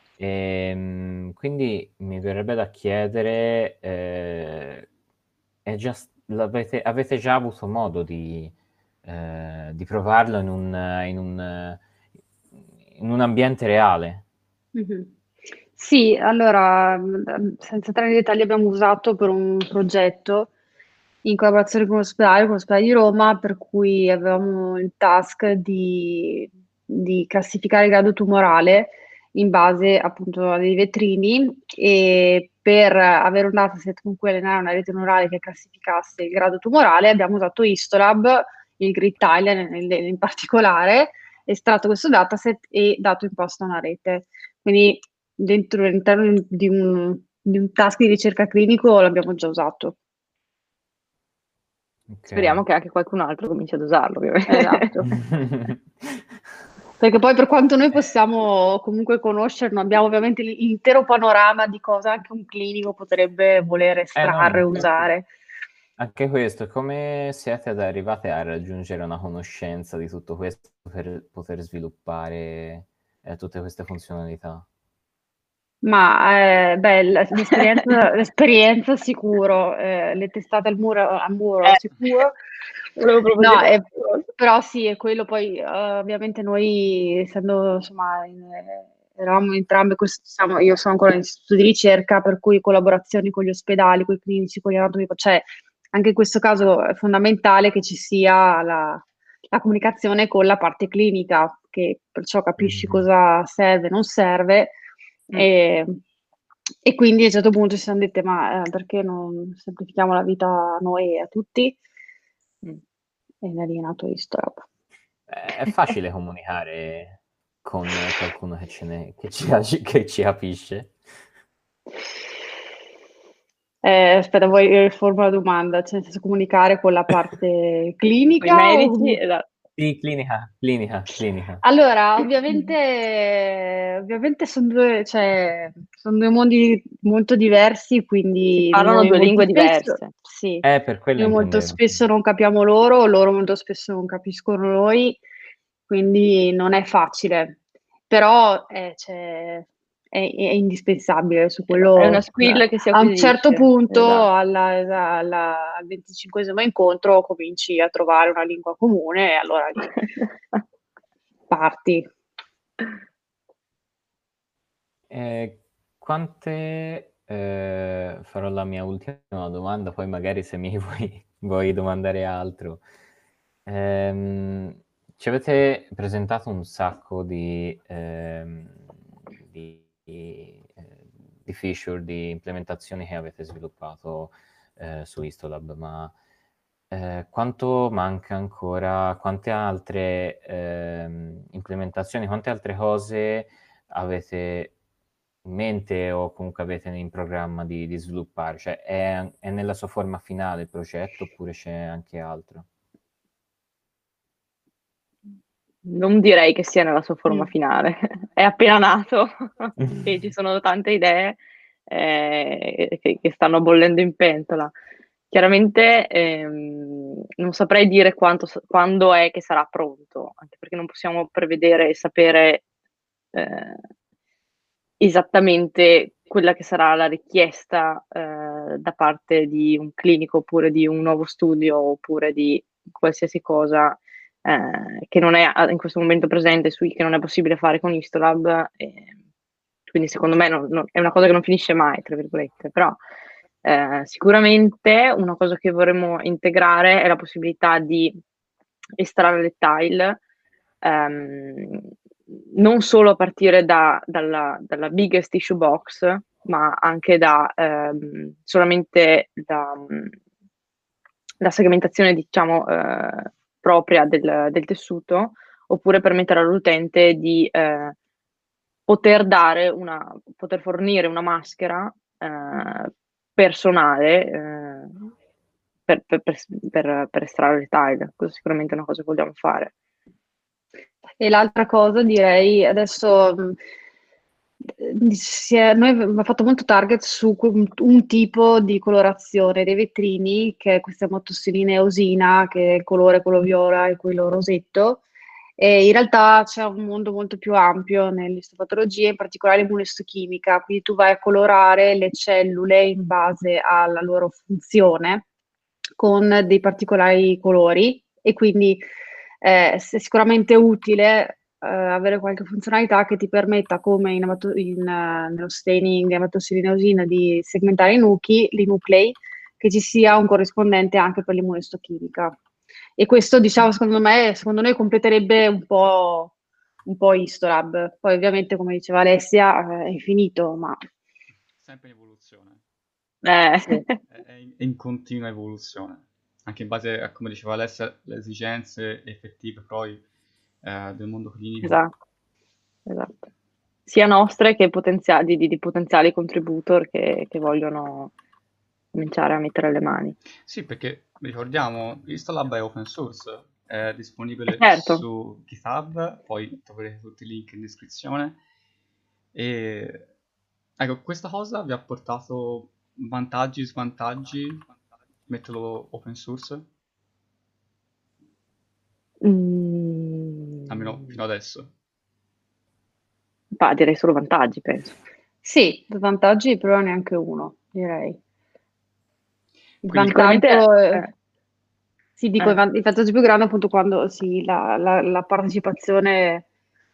Quindi mi verrebbe da chiedere, avete già avuto modo di provarlo in un ambiente reale? Sì, allora, senza entrare nei dettagli, abbiamo usato per un progetto in collaborazione con l'ospedale di Roma, per cui avevamo il task di classificare il grado tumorale in base appunto a dei vetrini e per avere un dataset con cui allenare una rete neurale che classificasse il grado tumorale abbiamo usato Histolab, il Grid Tile in particolare, estratto questo dataset e dato in posta una rete. Quindi all'interno di un task di ricerca clinico l'abbiamo già usato. Okay. Speriamo che anche qualcun altro cominci ad usarlo, ovviamente. Esatto. Perché poi per quanto noi possiamo comunque conoscere, non abbiamo ovviamente l'intero panorama di cosa anche un clinico potrebbe voler No, estrarre e usare. Anche questo, come siete arrivate a raggiungere una conoscenza di tutto questo per poter sviluppare tutte queste funzionalità? Ma l'esperienza sicuro, le testate al muro Eh, sicuro. volevo proprio No, dire questa cosa. però sì, è quello poi, ovviamente noi, essendo, insomma, eravamo entrambe, io sono ancora in istituto di ricerca, per cui collaborazioni con gli ospedali, con i clinici, con gli anatomi, cioè anche in questo caso è fondamentale che ci sia la comunicazione con la parte clinica, che perciò capisci Mhm. cosa serve, non serve, Mm, e, e quindi a un certo punto ci siamo dette, ma perché non semplifichiamo la vita a noi e a tutti? mm. E da lì è nato Istorab. È facile comunicare con qualcuno che ci capisce. Aspetta, vuoi riformare la domanda? Cioè, nel senso, comunicare con la parte Con i clinica o medici, esatto. Sì, clinica. Allora, ovviamente sono due, cioè, son due mondi molto diversi, Si quindi parlano noi due molto lingue spesso, diverse. sì, Per quello noi molto intendevo. spesso non capiamo loro, loro molto spesso non capiscono noi, quindi non è facile, però è indispensabile su È una quello. skill che si A un certo acquisisce. punto, Esatto. al 25esimo incontro, cominci a trovare una lingua comune e allora lì parti. Eh, farò la mia ultima domanda, poi magari se mi vuoi domandare altro. Ci avete presentato un sacco di feature, di implementazioni che avete sviluppato su Histolab, ma quanto manca ancora? Quante altre implementazioni, quante altre cose avete in mente o comunque avete in programma di sviluppare? Cioè è nella sua forma finale il progetto oppure c'è anche altro? Non direi che sia nella sua forma Mm. finale, è appena nato e ci sono tante idee che stanno bollendo in pentola. Chiaramente non saprei dire quando è che sarà pronto, anche perché non possiamo prevedere e sapere eh, esattamente quella che sarà la richiesta da parte di un clinico oppure di un nuovo studio oppure di qualsiasi cosa che non è in questo momento presente, che non è possibile fare con Istolab. Quindi secondo me è una cosa che non finisce mai, tra virgolette, però sicuramente una cosa che vorremmo integrare è la possibilità di estrarre le tile ehm, non solo a partire dalla biggest issue box, ma anche solamente la segmentazione, diciamo, propria del tessuto, oppure permettere all'utente di poter fornire una maschera personale per estrarre le tile. Questo sicuramente è una cosa che vogliamo fare. E l'altra cosa direi, adesso noi abbiamo fatto molto target su un tipo di colorazione dei vetrini, che è questa motosserina eosina, che è il colore quello viola e quello rosetto. E in realtà c'è un mondo molto più ampio nell'istopatologia, in particolare immunoistochimica, quindi tu vai a colorare le cellule in base alla loro funzione con dei particolari colori e quindi è sicuramente utile avere qualche funzionalità che ti permetta, come nello staining ematosilinosina, di segmentare i nuclei, che ci sia un corrispondente anche per l'immunoistochimica. E questo, diciamo, secondo noi completerebbe un po' Histolab. Poi, ovviamente, come diceva Alessia, è infinito, ma Sempre in evoluzione, sì. è in continua evoluzione, anche in base a, come diceva Alessia, le esigenze effettive poi del mondo clinico. Esatto, esatto. Sia nostre che di potenziali contributor che vogliono cominciare a mettere le mani. Sì, perché ricordiamo, Istolab è open source, è disponibile Certo. su GitHub, poi troverete tutti i link in descrizione. E ecco, questa cosa vi ha portato vantaggi, svantaggi, metterlo open source, almeno Mm, fino adesso. direi solo vantaggi, penso. Sì, vantaggi però neanche uno, direi. Il Quindi Sicuramente, vantaggio, sì, dico, eh, il vantaggio più grande è appunto quando sì, la partecipazione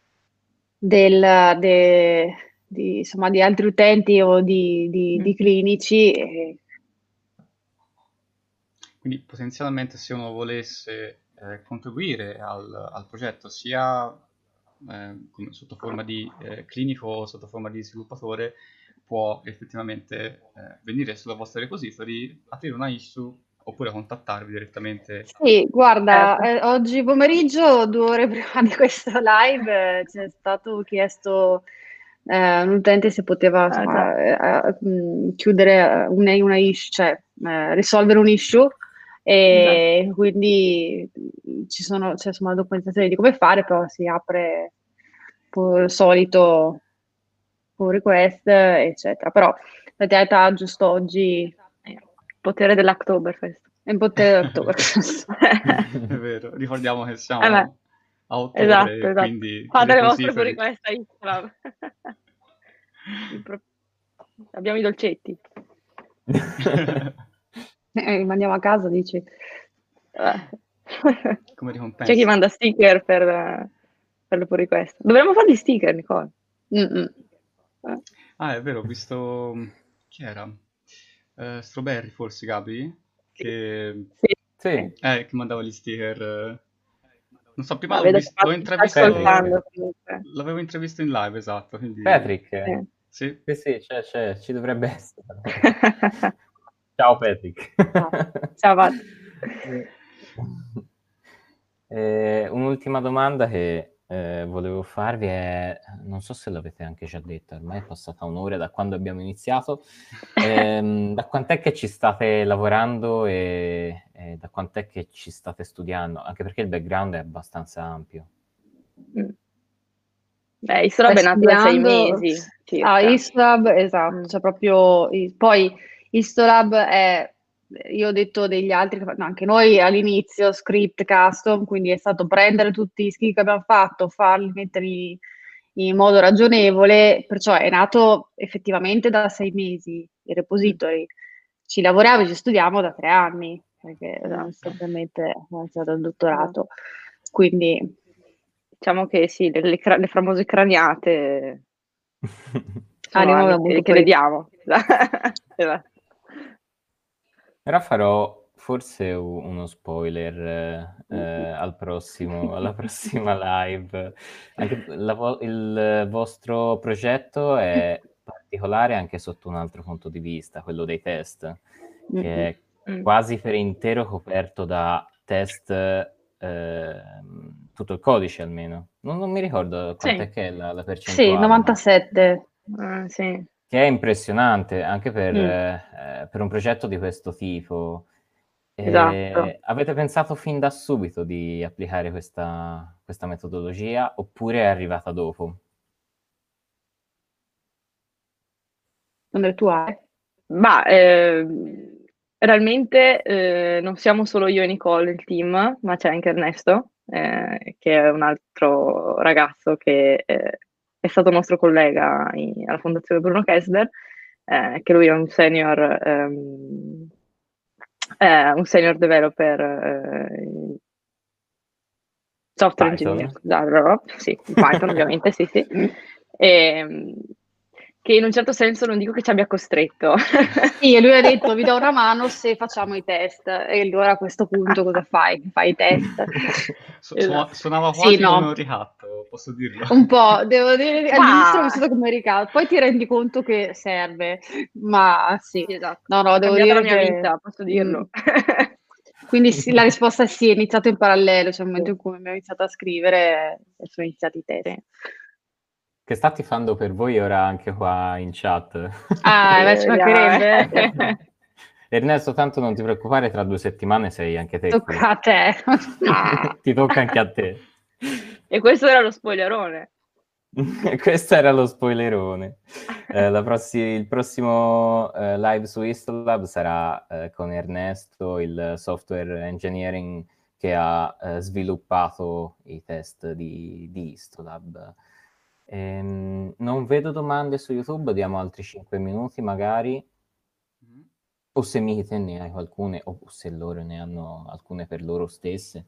insomma, di altri utenti o di clinici. Quindi potenzialmente se uno volesse contribuire al progetto sia sotto forma di clinico o sotto forma di sviluppatore, può effettivamente venire sulla vostra repository, aprire una issue oppure contattarvi direttamente. Sì, guarda, certo. oggi pomeriggio, 2 ore prima di questo live, ci è stato chiesto un utente se poteva insomma, Già. chiudere una issue, cioè risolvere un issue, Esatto. e quindi c'è insomma la documentazione di come fare, però si apre il solito pull request, eccetera. Però la realtà giusto oggi Potere dell'Oktoberfest. è in potere dell'ottobre. È vero, ricordiamo che Beh, siamo a ottobre esatto, e esatto. quindi i Fate le vostre pull repository. request a Instagram. Abbiamo i dolcetti. Mandiamo a casa, dici. Vabbè. Come C'è chi ricompensa. manda sticker per le pull request. Dovremmo fare gli sticker, Nicole. Mm-mm. Eh, Ah, è vero, ho visto... Chi era? Strawberry forse, Gabi? Sì, Che, sì, Sì, che mandava gli sticker. Non so, prima ma vedo che l'ho Patrick sta intravisto... ascoltando comunque. L'avevo intravisto in live, esatto, quindi... Patrick. Sì. Sì. Sì, sì, ci dovrebbe essere. Ciao Patrick. Ciao, Pat. Un'ultima domanda che volevo farvi è, non so se l'avete anche già detto, ormai è passata un'ora da quando abbiamo iniziato. Da quant'è che ci state lavorando e da quant'è che ci state studiando? Anche perché il background è abbastanza ampio. Beh, Isola è nato da 6 studiando mesi a circa. Islab, esatto, cioè proprio poi Islab è, io ho detto degli altri, no, anche noi all'inizio script custom, quindi è stato prendere tutti i skill che abbiamo fatto, farli, metterli in modo ragionevole, perciò è nato effettivamente da 6 mesi il repository. Ci lavoriamo e ci studiamo da 3 anni, perché Esatto. semplicemente ho iniziato il dottorato, quindi Diciamo che sì, le famose craniate sono andiamo da anni molto che le prima. diamo. Esatto. Ora farò forse uno spoiler alla prossima live. Anche il vostro progetto è particolare anche sotto un altro punto di vista, quello dei test, che Mm-mm. è quasi per intero coperto da test, tutto il codice almeno. Non mi ricordo quant'è Sì, che è la Sì, percentuale, ma 97. sì. che è impressionante anche Mm. per un progetto di questo tipo. Esatto. Avete pensato fin da subito di applicare questa metodologia oppure è arrivata dopo? Dove tu hai? Ma realmente non siamo solo io e Nicole il team, ma c'è anche Ernesto, che è un altro ragazzo che è stato nostro collega alla Fondazione Bruno Kessler, che lui è un senior developer, software engineer, Python? sì, in Python ovviamente, sì, sì. Ehm, che in un certo senso non dico che ci abbia costretto. Sì, e lui ha detto vi do una mano se facciamo i test. E allora a questo punto cosa fai? Fai i test. Esatto. Suonava Sì, quasi come un no, ricatto, posso dirlo. un po', devo dire che all'inizio l'ho Ma vissuto come ricatto, poi ti rendi conto che serve, ma sì, sì, esatto, no, ha devo cambiato la dire mia che... vita, posso mm. dirlo. Quindi sì, la risposta è sì, è iniziato in parallelo, cioè nel momento in cui abbiamo iniziato a scrivere e sono iniziati i test. Sì. Che sta tifando per voi ora anche qua in chat? Ah, beh, ci Vediamo, mancherebbe. Ernesto, tanto non ti preoccupare, tra 2 settimane sei anche te qui. Tocca a te. Ah, Ti tocca anche a te. e questo era lo spoilerone. Questo era lo spoilerone. Il prossimo live su Histolab sarà con Ernesto, il software engineering che ha sviluppato i test di Histolab. Non vedo domande su YouTube, diamo altri 5 minuti magari. Mhm. O se Mite ne hai alcune, o se loro ne hanno alcune per loro stesse.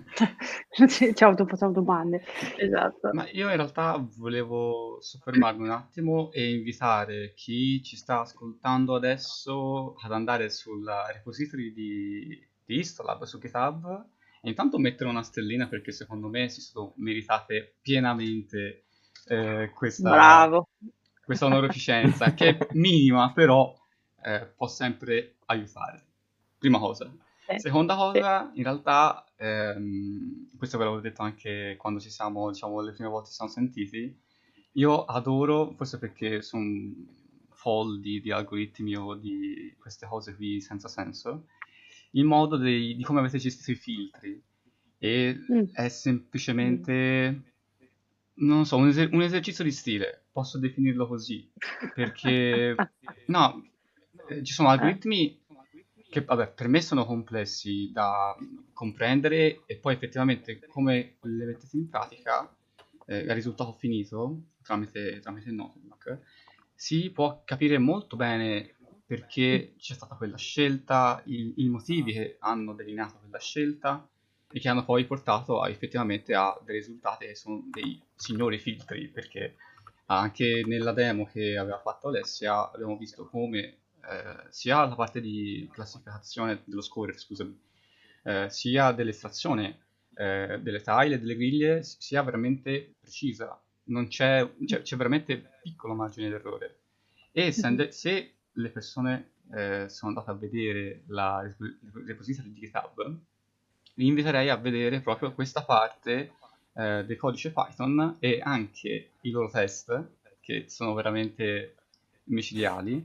Ciao, dopo facciamo domande. Esatto. Ma io in realtà volevo soffermarmi un attimo e invitare chi ci sta ascoltando adesso ad andare sulla repository di Istolab su GitHub e intanto mettere una stellina perché secondo me si sono meritate pienamente questa, Bravo. questa onorificenza, che è minima, però può sempre aiutare. Prima cosa. Sì, Seconda sì. cosa, in realtà, questo ve l'avevo detto anche quando ci siamo, diciamo, le prime volte ci siamo sentiti, io adoro, forse perché sono folli di algoritmi o di queste cose qui senza senso, il modo di come avete gestito i filtri. E Mm. è semplicemente, non so, un esercizio di stile, posso definirlo così, perché, no, ci sono Eh, algoritmi che, vabbè, per me sono complessi da comprendere e poi effettivamente come le mettete in pratica, il risultato finito, tramite il notebook, si può capire molto bene perché c'è stata quella scelta, i motivi che hanno delineato quella scelta e che hanno poi portato effettivamente a dei risultati che sono dei signori filtri, perché anche nella demo che aveva fatto Alessia abbiamo visto come sia la parte di classificazione dello scorer, scusami, sia dell'estrazione delle tile e delle griglie sia veramente precisa. Non c'è veramente piccolo margine d'errore. E se le persone sono andate a vedere il repository di GitHub, vi inviterei a vedere proprio questa parte del codice Python e anche i loro test, che sono veramente micidiali,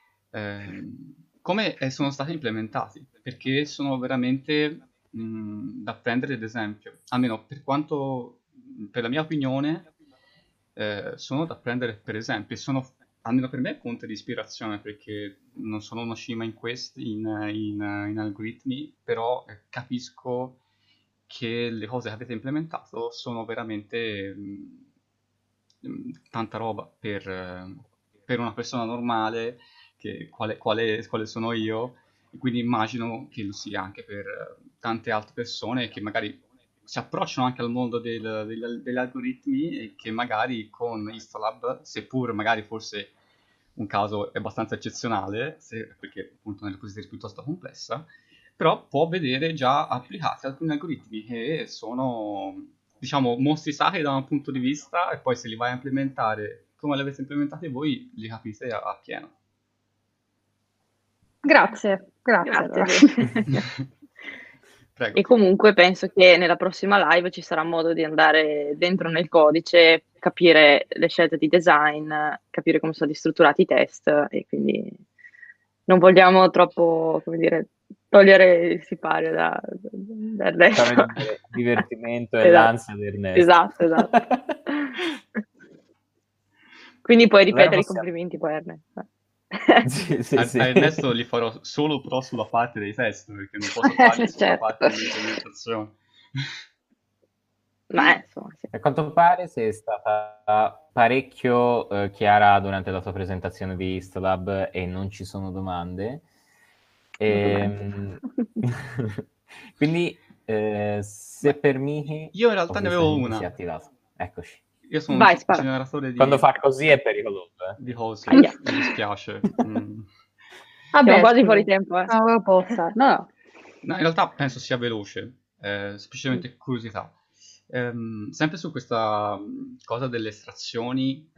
come sono stati implementati, perché sono veramente da prendere ad esempio, almeno per quanto, per la mia opinione, sono da prendere per esempio, e sono almeno per me fonte di ispirazione perché non sono una cima in questi, in algoritmi, però capisco che le cose che avete implementato sono veramente tanta roba per una persona normale, quale sono io, e quindi immagino che lo sia anche per tante altre persone che magari si approcciano anche al mondo degli algoritmi e che magari con Istolab, seppur magari forse un caso abbastanza eccezionale, perché appunto nelle posizioni piuttosto complessa, però può vedere già applicati alcuni algoritmi che sono, diciamo, mostri sacri da un punto di vista e poi se li vai a implementare come li avete implementati voi, li capite a pieno. Grazie, grazie Grazie. allora. Prego. E comunque penso che nella prossima live ci sarà modo di andare dentro nel codice, capire le scelte di design, capire come sono stati strutturati i test e quindi non vogliamo troppo, come dire, togliere il sipario dal resto. Fare il divertimento e Esatto, l'ansia del Ernesto. esatto, esatto. Quindi puoi Allora ripetere i possiamo... complimenti poi, Ernesto. Sì, sì, A sì. Ernesto li farò solo però sulla parte dei test, perché non posso farli sulla Certo. parte dell'implementazione. Ma insomma, sì. A quanto pare sei stata parecchio chiara durante la tua presentazione di Istolab e non ci sono domande. Molto bene. Quindi, se Beh, permiti, io in ho realtà ne visto che avevo Mite si è una. attivato. Eccoci. Io sono un Vai, spara. generatore Quando fa così è pericoloso, di cose, Ahia. mi dispiace. Siamo Vabbè, quasi scusa, fuori tempo, eh. sono posta. No, no. No, in realtà penso sia veloce, Mm. semplicemente curiosità. Sempre su questa cosa delle estrazioni,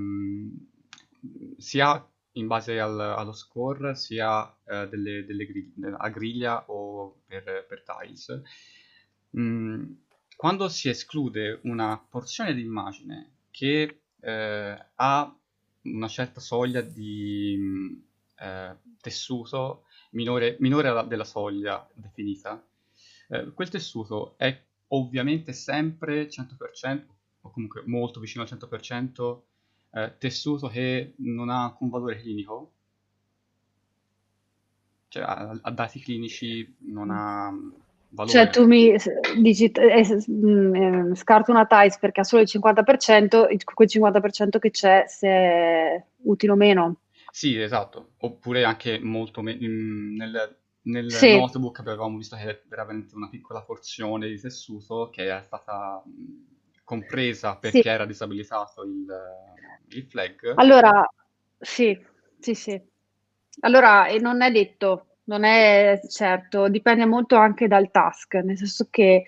sia in base allo score, sia a griglia o per tiles, mm, quando si esclude una porzione di immagine che ha una certa soglia di tessuto minore della soglia definita, quel tessuto è ovviamente sempre 100%, o comunque molto vicino al 100%, tessuto che non ha alcun valore clinico, cioè a dati clinici non ha, valore. tu mi dici, scarto una TIES perché ha solo il 50%, quel 50% che c'è, se è utile o meno. Sì, esatto. Oppure anche molto nel Sì, notebook avevamo visto che era veramente una piccola porzione di tessuto che è stata compresa sì. perché era disabilitato il flag. Allora, sì, sì, sì. Allora, e non è detto, non è certo, dipende molto anche dal task, nel senso che,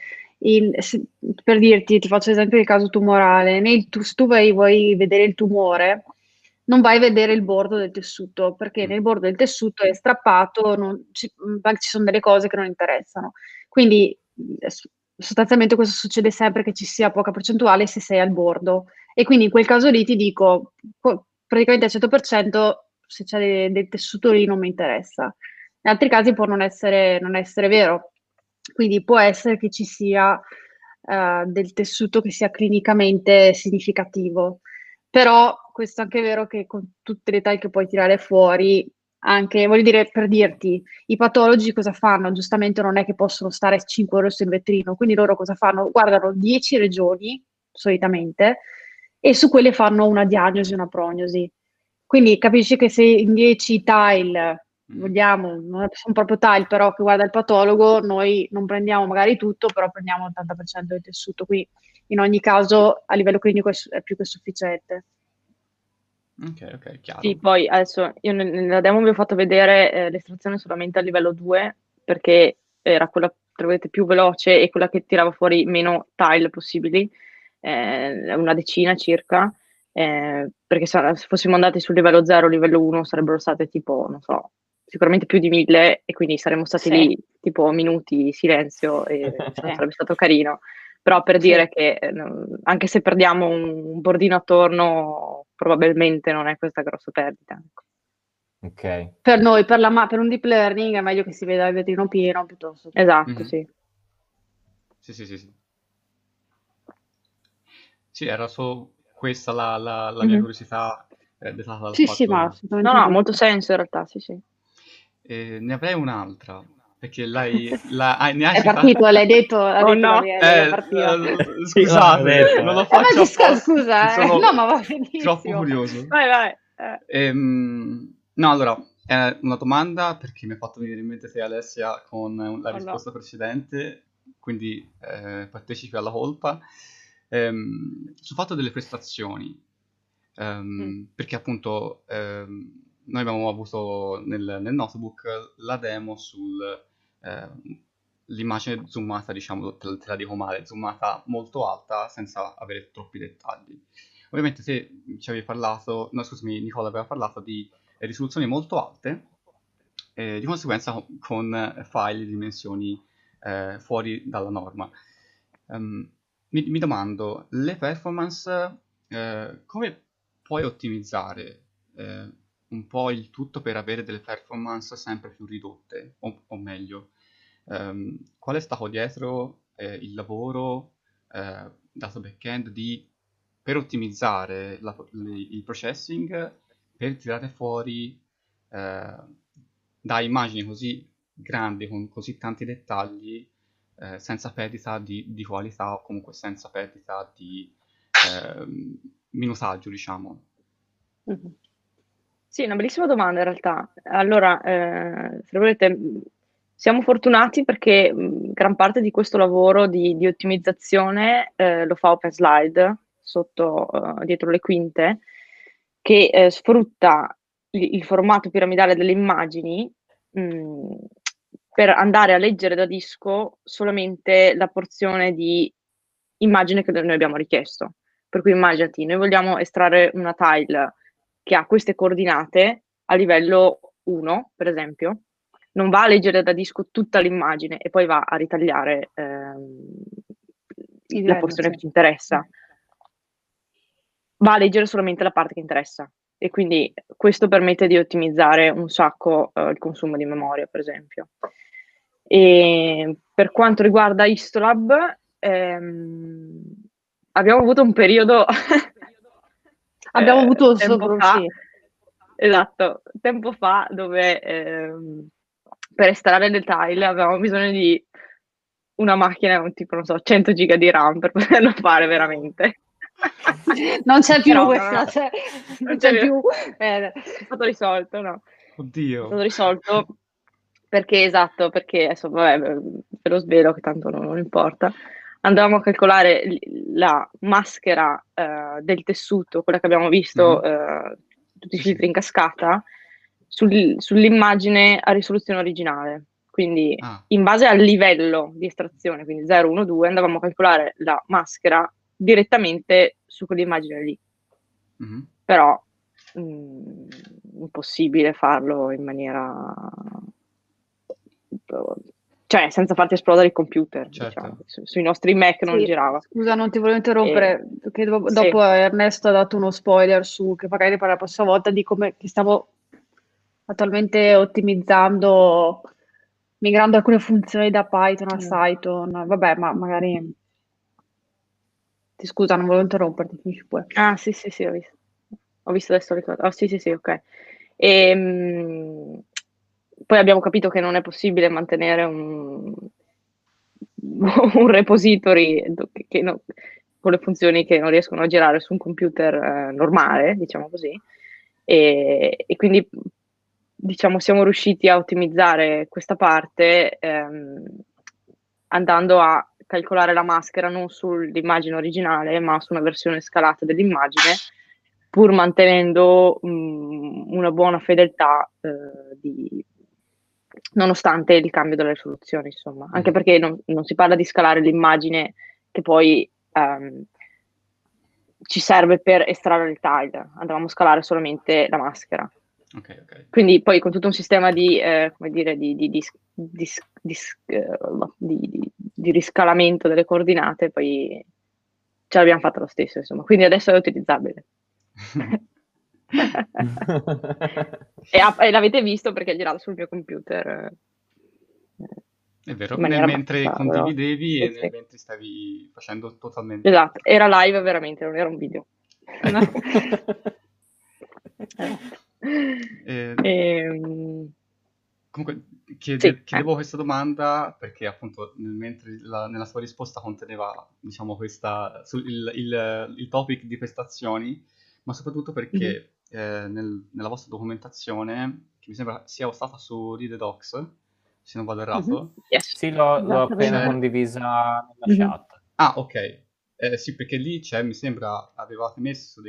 per dirti, ti faccio l'esempio del caso tumorale, se tu vuoi vedere il tumore, non vai a vedere il bordo del tessuto, perché Mm. nel bordo del tessuto è strappato, ci sono delle cose che non interessano. Quindi, sostanzialmente questo succede sempre che ci sia poca percentuale se sei al bordo. E quindi in quel caso lì ti dico, praticamente al 100% se c'è del tessuto lì non mi interessa. In altri casi può non essere vero. Quindi può essere che ci sia del tessuto che sia clinicamente significativo. Però questo è anche vero che con tutte le taglie che puoi tirare fuori, anche, voglio dire, per dirti, i patologi cosa fanno? Giustamente non è che possono stare 5 ore sul vetrino, quindi loro cosa fanno? Guardano 10 regioni, solitamente, e su quelle fanno una diagnosi, una prognosi. Quindi capisci che se in 10 tile, Mm. vogliamo, non sono proprio tile, però che guarda il patologo, noi non prendiamo magari tutto, però prendiamo l'80% del tessuto. Qui in ogni caso a livello clinico è più che sufficiente. Ok, Sì, chiaro. poi adesso io nella demo vi ho fatto vedere l'estrazione solamente a livello 2 perché era quella tra virgolette, più veloce e quella che tirava fuori meno tile possibili, una decina circa, perché se fossimo andati sul livello 0 o livello 1 sarebbero state tipo, non so, sicuramente più di 1000 e quindi saremmo stati Sì, lì tipo minuti di silenzio e sì, sarebbe stato carino. Però per sì. dire che anche se perdiamo un bordino attorno, probabilmente non è questa grossa perdita. Ecco. Ok. Per noi, per un deep learning è meglio che si veda il vetrino pieno piuttosto che... Esatto, Mhm. sì. Sì. Sì, era solo questa la mia Mhm. curiosità, dettata dal Sì, sì, ma fatto. No, assolutamente no, ha molto giusto. senso in realtà, sì, sì. Ne avrei un'altra, perché ne hai È citata. partito, l'ha Oh detto no! Gabriele, che partiva. Sì, l'ho Scusate, detto, non lo Ma faccio apposta, scusa, no, sono ma va troppo benissimo. curioso. Vai, vai. No, allora, è una domanda perché mi ha fatto venire in mente te, Alessia, con la Oh no. risposta precedente, quindi partecipi alla colpa. Sul fatto delle prestazioni, Mm. perché appunto noi abbiamo avuto nel notebook la demo sull'immagine zoomata, diciamo, te la dico male, zoomata molto alta senza avere troppi dettagli. Ovviamente te ci avevi parlato, no scusami, Nicola aveva parlato di risoluzioni molto alte, di conseguenza con file di dimensioni fuori dalla norma. Mi domando, le performance, come puoi ottimizzare un po' il tutto per avere delle performance sempre più ridotte, o meglio, qual è stato dietro il lavoro dato back-end per ottimizzare il processing, per tirare fuori eh, da immagini così grandi, con così tanti dettagli, senza perdita di qualità o comunque senza perdita di minutaggio, diciamo. Mhm. Sì, una bellissima domanda in realtà. Allora, se volete, siamo fortunati perché gran parte di questo lavoro di ottimizzazione lo fa OpenSlide sotto, dietro le quinte, che sfrutta il formato piramidale delle immagini mh, per andare a leggere da disco solamente la porzione di immagine che noi abbiamo richiesto. Per cui immaginati, noi vogliamo estrarre una tile che ha queste coordinate a livello 1, per esempio, non va a leggere da disco tutta l'immagine e poi va a ritagliare Il la livello, porzione sì. che ci interessa. Va a leggere solamente la parte che interessa e quindi questo permette di ottimizzare un sacco il consumo di memoria, per esempio. E per quanto riguarda Histolab, abbiamo avuto un periodo Abbiamo avuto tempo fa, sì. esatto, tempo fa dove per estrarre le tile avevamo bisogno di una macchina con tipo, non so, 100 giga di RAM per poterlo fare veramente. Non c'è più Però questa, no, non c'è più. è stato risolto, no? È Oddio. stato risolto perché, esatto, perché adesso, vabbè, ve lo svelo che tanto non importa. Andavamo a calcolare la maschera del tessuto, quella che abbiamo visto, tutti i Sì, filtri sì. in cascata, sull'immagine a risoluzione originale. Quindi Ah, in base al livello di estrazione, quindi 0, 1, 2, andavamo a calcolare la maschera direttamente su quell'immagine lì. mhm. Però impossibile farlo in maniera, cioè senza farti esplodere il computer, Certo. diciamo. Sui nostri Mac non Sì, girava. scusa, non ti volevo interrompere, perché Sì. dopo Ernesto ha dato uno spoiler su che magari per la prossima volta di come che stiamo attualmente ottimizzando, migrando alcune funzioni da Python a Python. Vabbè, ma magari scusa, non volevo interromperti, finisci pure. Ah, sì, ho visto. Ho visto adesso le cose. Oh, sì, ok. E, poi abbiamo capito che non è possibile mantenere un repository con le funzioni che non riescono a girare su un computer normale, diciamo così. E quindi, diciamo, siamo riusciti a ottimizzare questa parte andando a calcolare la maschera non sull'immagine originale, ma su una versione scalata dell'immagine, pur mantenendo una buona fedeltà nonostante il cambio della risoluzione, insomma. Anche perché non si parla di scalare l'immagine che poi ci serve per estrarre il tile, andavamo a scalare solamente la maschera. Ok. Quindi poi con tutto un sistema di, come dire, di riscalamento delle coordinate, poi ce l'abbiamo fatta lo stesso, insomma. Quindi adesso è utilizzabile. E l'avete visto perché è girato sul mio computer È vero, in maniera mentre abbastanza veloce. condividevi Sì, e sì. mentre stavi facendo totalmente... Esatto, era live veramente, non era un video. Comunque Sì, chiedevo questa domanda perché appunto mentre nella sua risposta conteneva, diciamo, il topic di queste azioni, ma soprattutto perché nella vostra documentazione, che mi sembra sia stata su Reader.docs, se non vado errato, yes. Sì, l'ho appena C'è- condivisa nella Mhm. chat. Ah, ok. Sì, perché lì c'è, mi sembra, avevate messo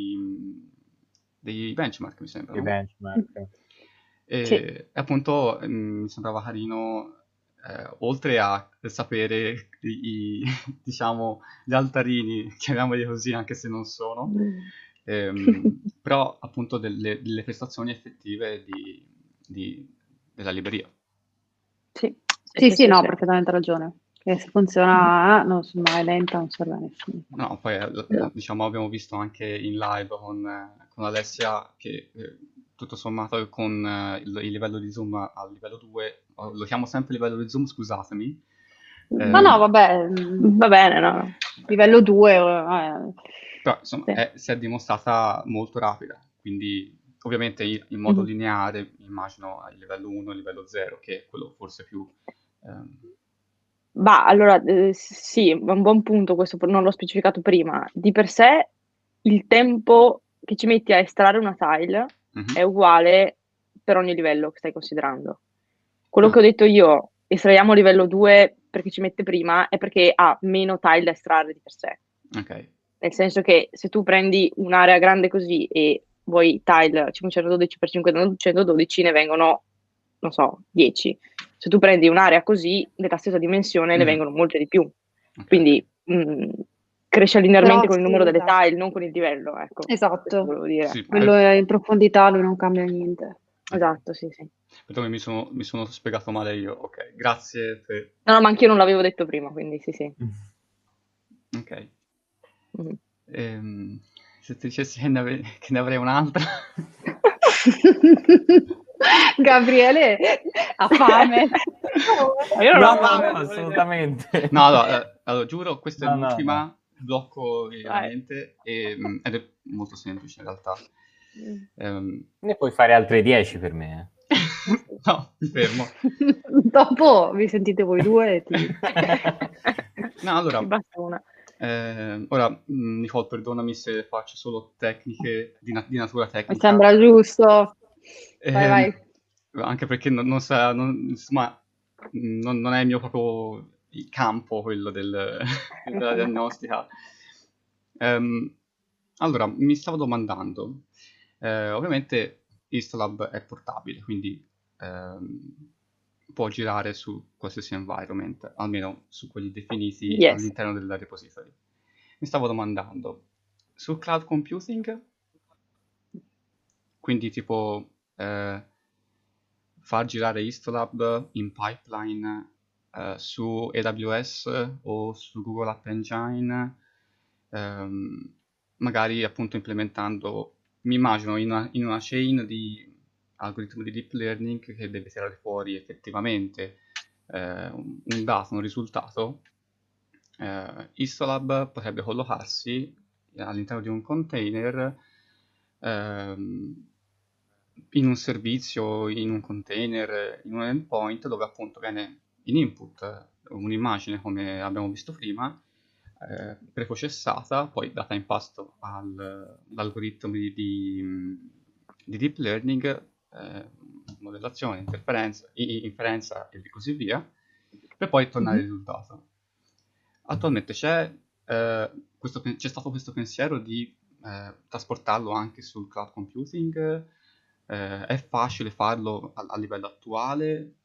dei benchmark, mi sembra, I no? benchmark. E Sì. appunto mi sembrava carino, oltre a sapere diciamo, gli altarini, chiamiamoli così, anche se non sono, però appunto delle prestazioni effettive della libreria. Sì, no, perfettamente ragione. Che se funziona, non sono mai lenta, non serve a nessuno. No, poi Esatto. diciamo abbiamo visto anche in live con Alessia che tutto sommato con il livello di zoom al livello 2, lo chiamo sempre livello di zoom, scusatemi. Ma no, vabbè, Va bene, no? livello 2, Però insomma Sì. si è dimostrata molto rapida, quindi ovviamente in modo lineare, immagino a livello 1 e livello 0, che è quello forse più... Bah, allora, sì, è un buon punto questo, non l'ho specificato prima. Di per sé il tempo che ci metti a estrarre una tile mhm. è uguale per ogni livello che stai considerando. Quello che Ah, ho detto io, estraiamo livello 2 perché ci mette prima, è perché ha meno tile da estrarre di per sé. ok. Nel senso che se tu prendi un'area grande così e vuoi tile 512x512, ne vengono, non so, 10. Se tu prendi un'area così, della stessa dimensione, ne Mhm. vengono molte di più. Ok. Quindi cresce linearmente Però con il sì, numero delle esatto. tile, non con il livello, ecco. Questo Esatto, volevo dire. Sì, quello è in profondità, lui non cambia niente. ok. Esatto, sì. Perdone, mi sono spiegato male io. Ok, grazie per... No, ma anch'io non l'avevo detto prima, quindi sì. Ok. Mhm. Se ti dicessi che ne avrei un'altra... Gabriele ha fame. Io non No, ho fame. assolutamente. No, allora, giuro, questa è No. l'ultima, blocco Vai. veramente, ed è molto semplice in realtà. Ne puoi fare altre 10 per me. No, mi fermo. Dopo vi sentite voi due e ti... No, allora, Ti basta una. ora, Nicole, perdonami se faccio solo tecniche di natura Mi tecnica, sembra giusto. Vai, ehm, vai. anche perché insomma, non è il mio proprio il campo quello della diagnostica. Ehm, allora, mi stavo domandando, ovviamente Histolab è portabile, quindi può girare su qualsiasi environment, almeno su quelli definiti Yes. all'interno del repository. Mi stavo domandando, sul cloud computing, quindi tipo far girare Histolab in pipeline su AWS o su Google App Engine, magari appunto implementando, mi immagino, in una chain di algoritmi di deep learning che deve tirare fuori effettivamente un dato, un risultato. Histolab potrebbe collocarsi all'interno di un container in un servizio, in un container, in un endpoint dove appunto viene in input un'immagine come abbiamo visto prima, preprocessata, poi data in pasto all'algoritmo di deep learning, modellazione, inferenza e così via, per poi tornare al risultato. Attualmente c'è stato questo pensiero di trasportarlo anche sul cloud computing. È facile farlo a livello attuale?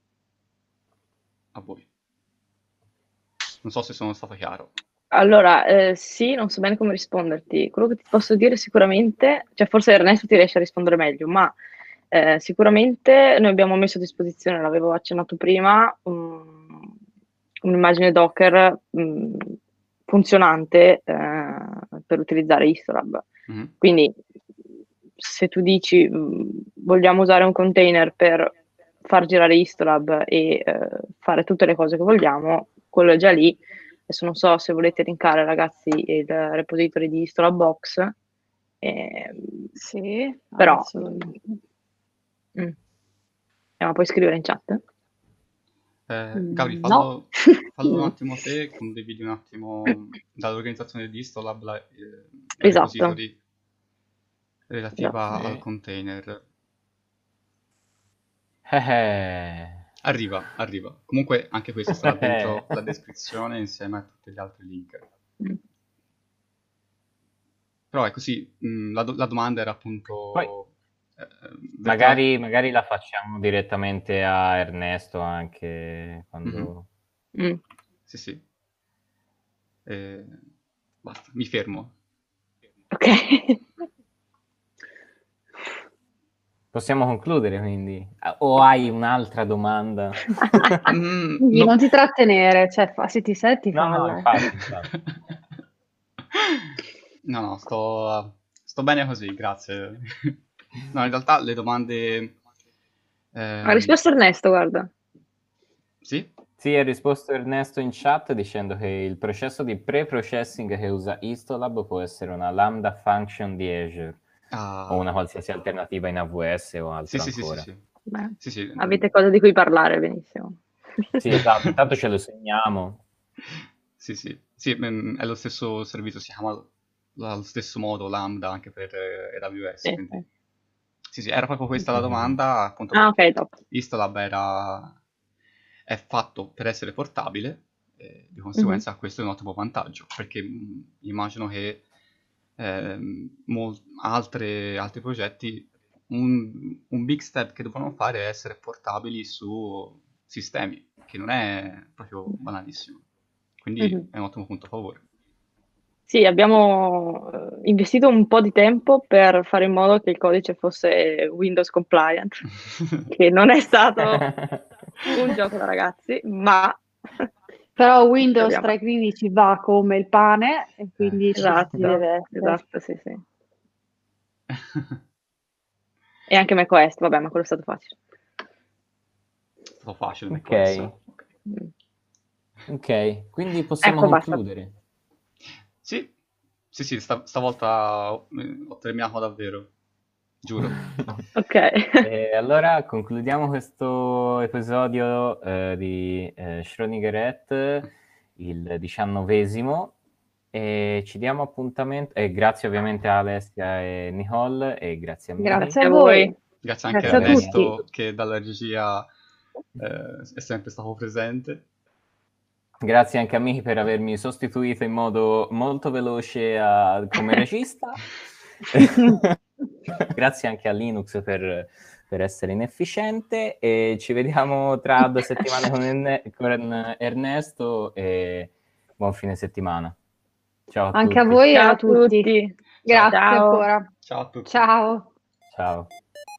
A voi. Non so se sono stato chiaro. Allora, sì, non so bene come risponderti. Quello che ti posso dire sicuramente, cioè forse Ernesto ti riesce a rispondere meglio, ma sicuramente noi abbiamo messo a disposizione, l'avevo accennato prima, un'immagine Docker funzionante per utilizzare Histolab. Mhm. Quindi se tu dici vogliamo usare un container per far girare Histolab e fare tutte le cose che vogliamo, quello è già lì. Adesso non so se volete linkare, ragazzi, il repository di Histolab Box, Sì, però adesso lo dico. ma puoi scrivere in chat? Gabri, No. fallo un attimo te, condividi un attimo dall'organizzazione di Histolab la Esatto. repository relativa Esatto. al container. Eh, Arriva. Comunque anche questo sarà dentro la descrizione insieme a tutti gli altri link. Mm. Però è così, la domanda era Poi appunto... perché magari la facciamo direttamente a Ernesto anche quando... Mm. Sì. Basta, mi fermo. Ok. Possiamo concludere quindi? O hai un'altra domanda? Quindi No. non ti trattenere, cioè se ti senti No, falla. infatti. No, sto bene così, grazie. No, in realtà le domande... Ha risposto Ernesto, guarda. Sì? Sì, ha risposto Ernesto in chat dicendo che il processo di pre-processing che usa Histolab può essere una Lambda function di Azure o una qualsiasi alternativa in AWS o altro Sì. ancora. Beh, Sì. avete cose di cui parlare, benissimo. Sì, esatto, intanto ce lo segniamo. Sì, è lo stesso servizio, si chiama allo stesso modo Lambda anche per AWS, Sì, quindi... sì. Sì, era proprio questa la domanda, appunto Ah, perché ok, top. Histolab è fatto per essere portabile, e di Mhm. conseguenza questo è un ottimo vantaggio, perché immagino che altri progetti, un big step che devono fare è essere portabili su sistemi, che non è proprio banalissimo. Quindi Mhm. è un ottimo punto a favore. Sì, abbiamo investito un po' di tempo per fare in modo che il codice fosse Windows compliant, che non è stato un gioco da ragazzi, ma Però Windows speriamo. 3.15 va come il pane e quindi ci deve essere. Esatto, sì. E anche macOS, vabbè, ma quello è stato facile. È stato facile, macOS. Ok, Mm. ok, quindi possiamo Ecco, basta. concludere. Sì, stavolta ho terminato davvero. giuro. Ok. E allora concludiamo questo episodio di Schrödinger, il 19esimo, e ci diamo appuntamento. E grazie ovviamente a Alessia e Nicole, e grazie a Miri. Grazie a A voi. voi. Grazie anche Grazie a a Ernesto tutti. che dalla regia è sempre stato presente. Grazie anche a Miki per avermi sostituito in modo molto veloce come regista. Grazie anche a Linux per essere inefficiente, e ci vediamo tra 2 settimane con Ernesto, e buon fine settimana. Ciao a Anche a tutti. voi e Ciao a a tutti. tutti. Ciao. Grazie Ciao. ancora. Ciao a tutti. Ciao. Ciao.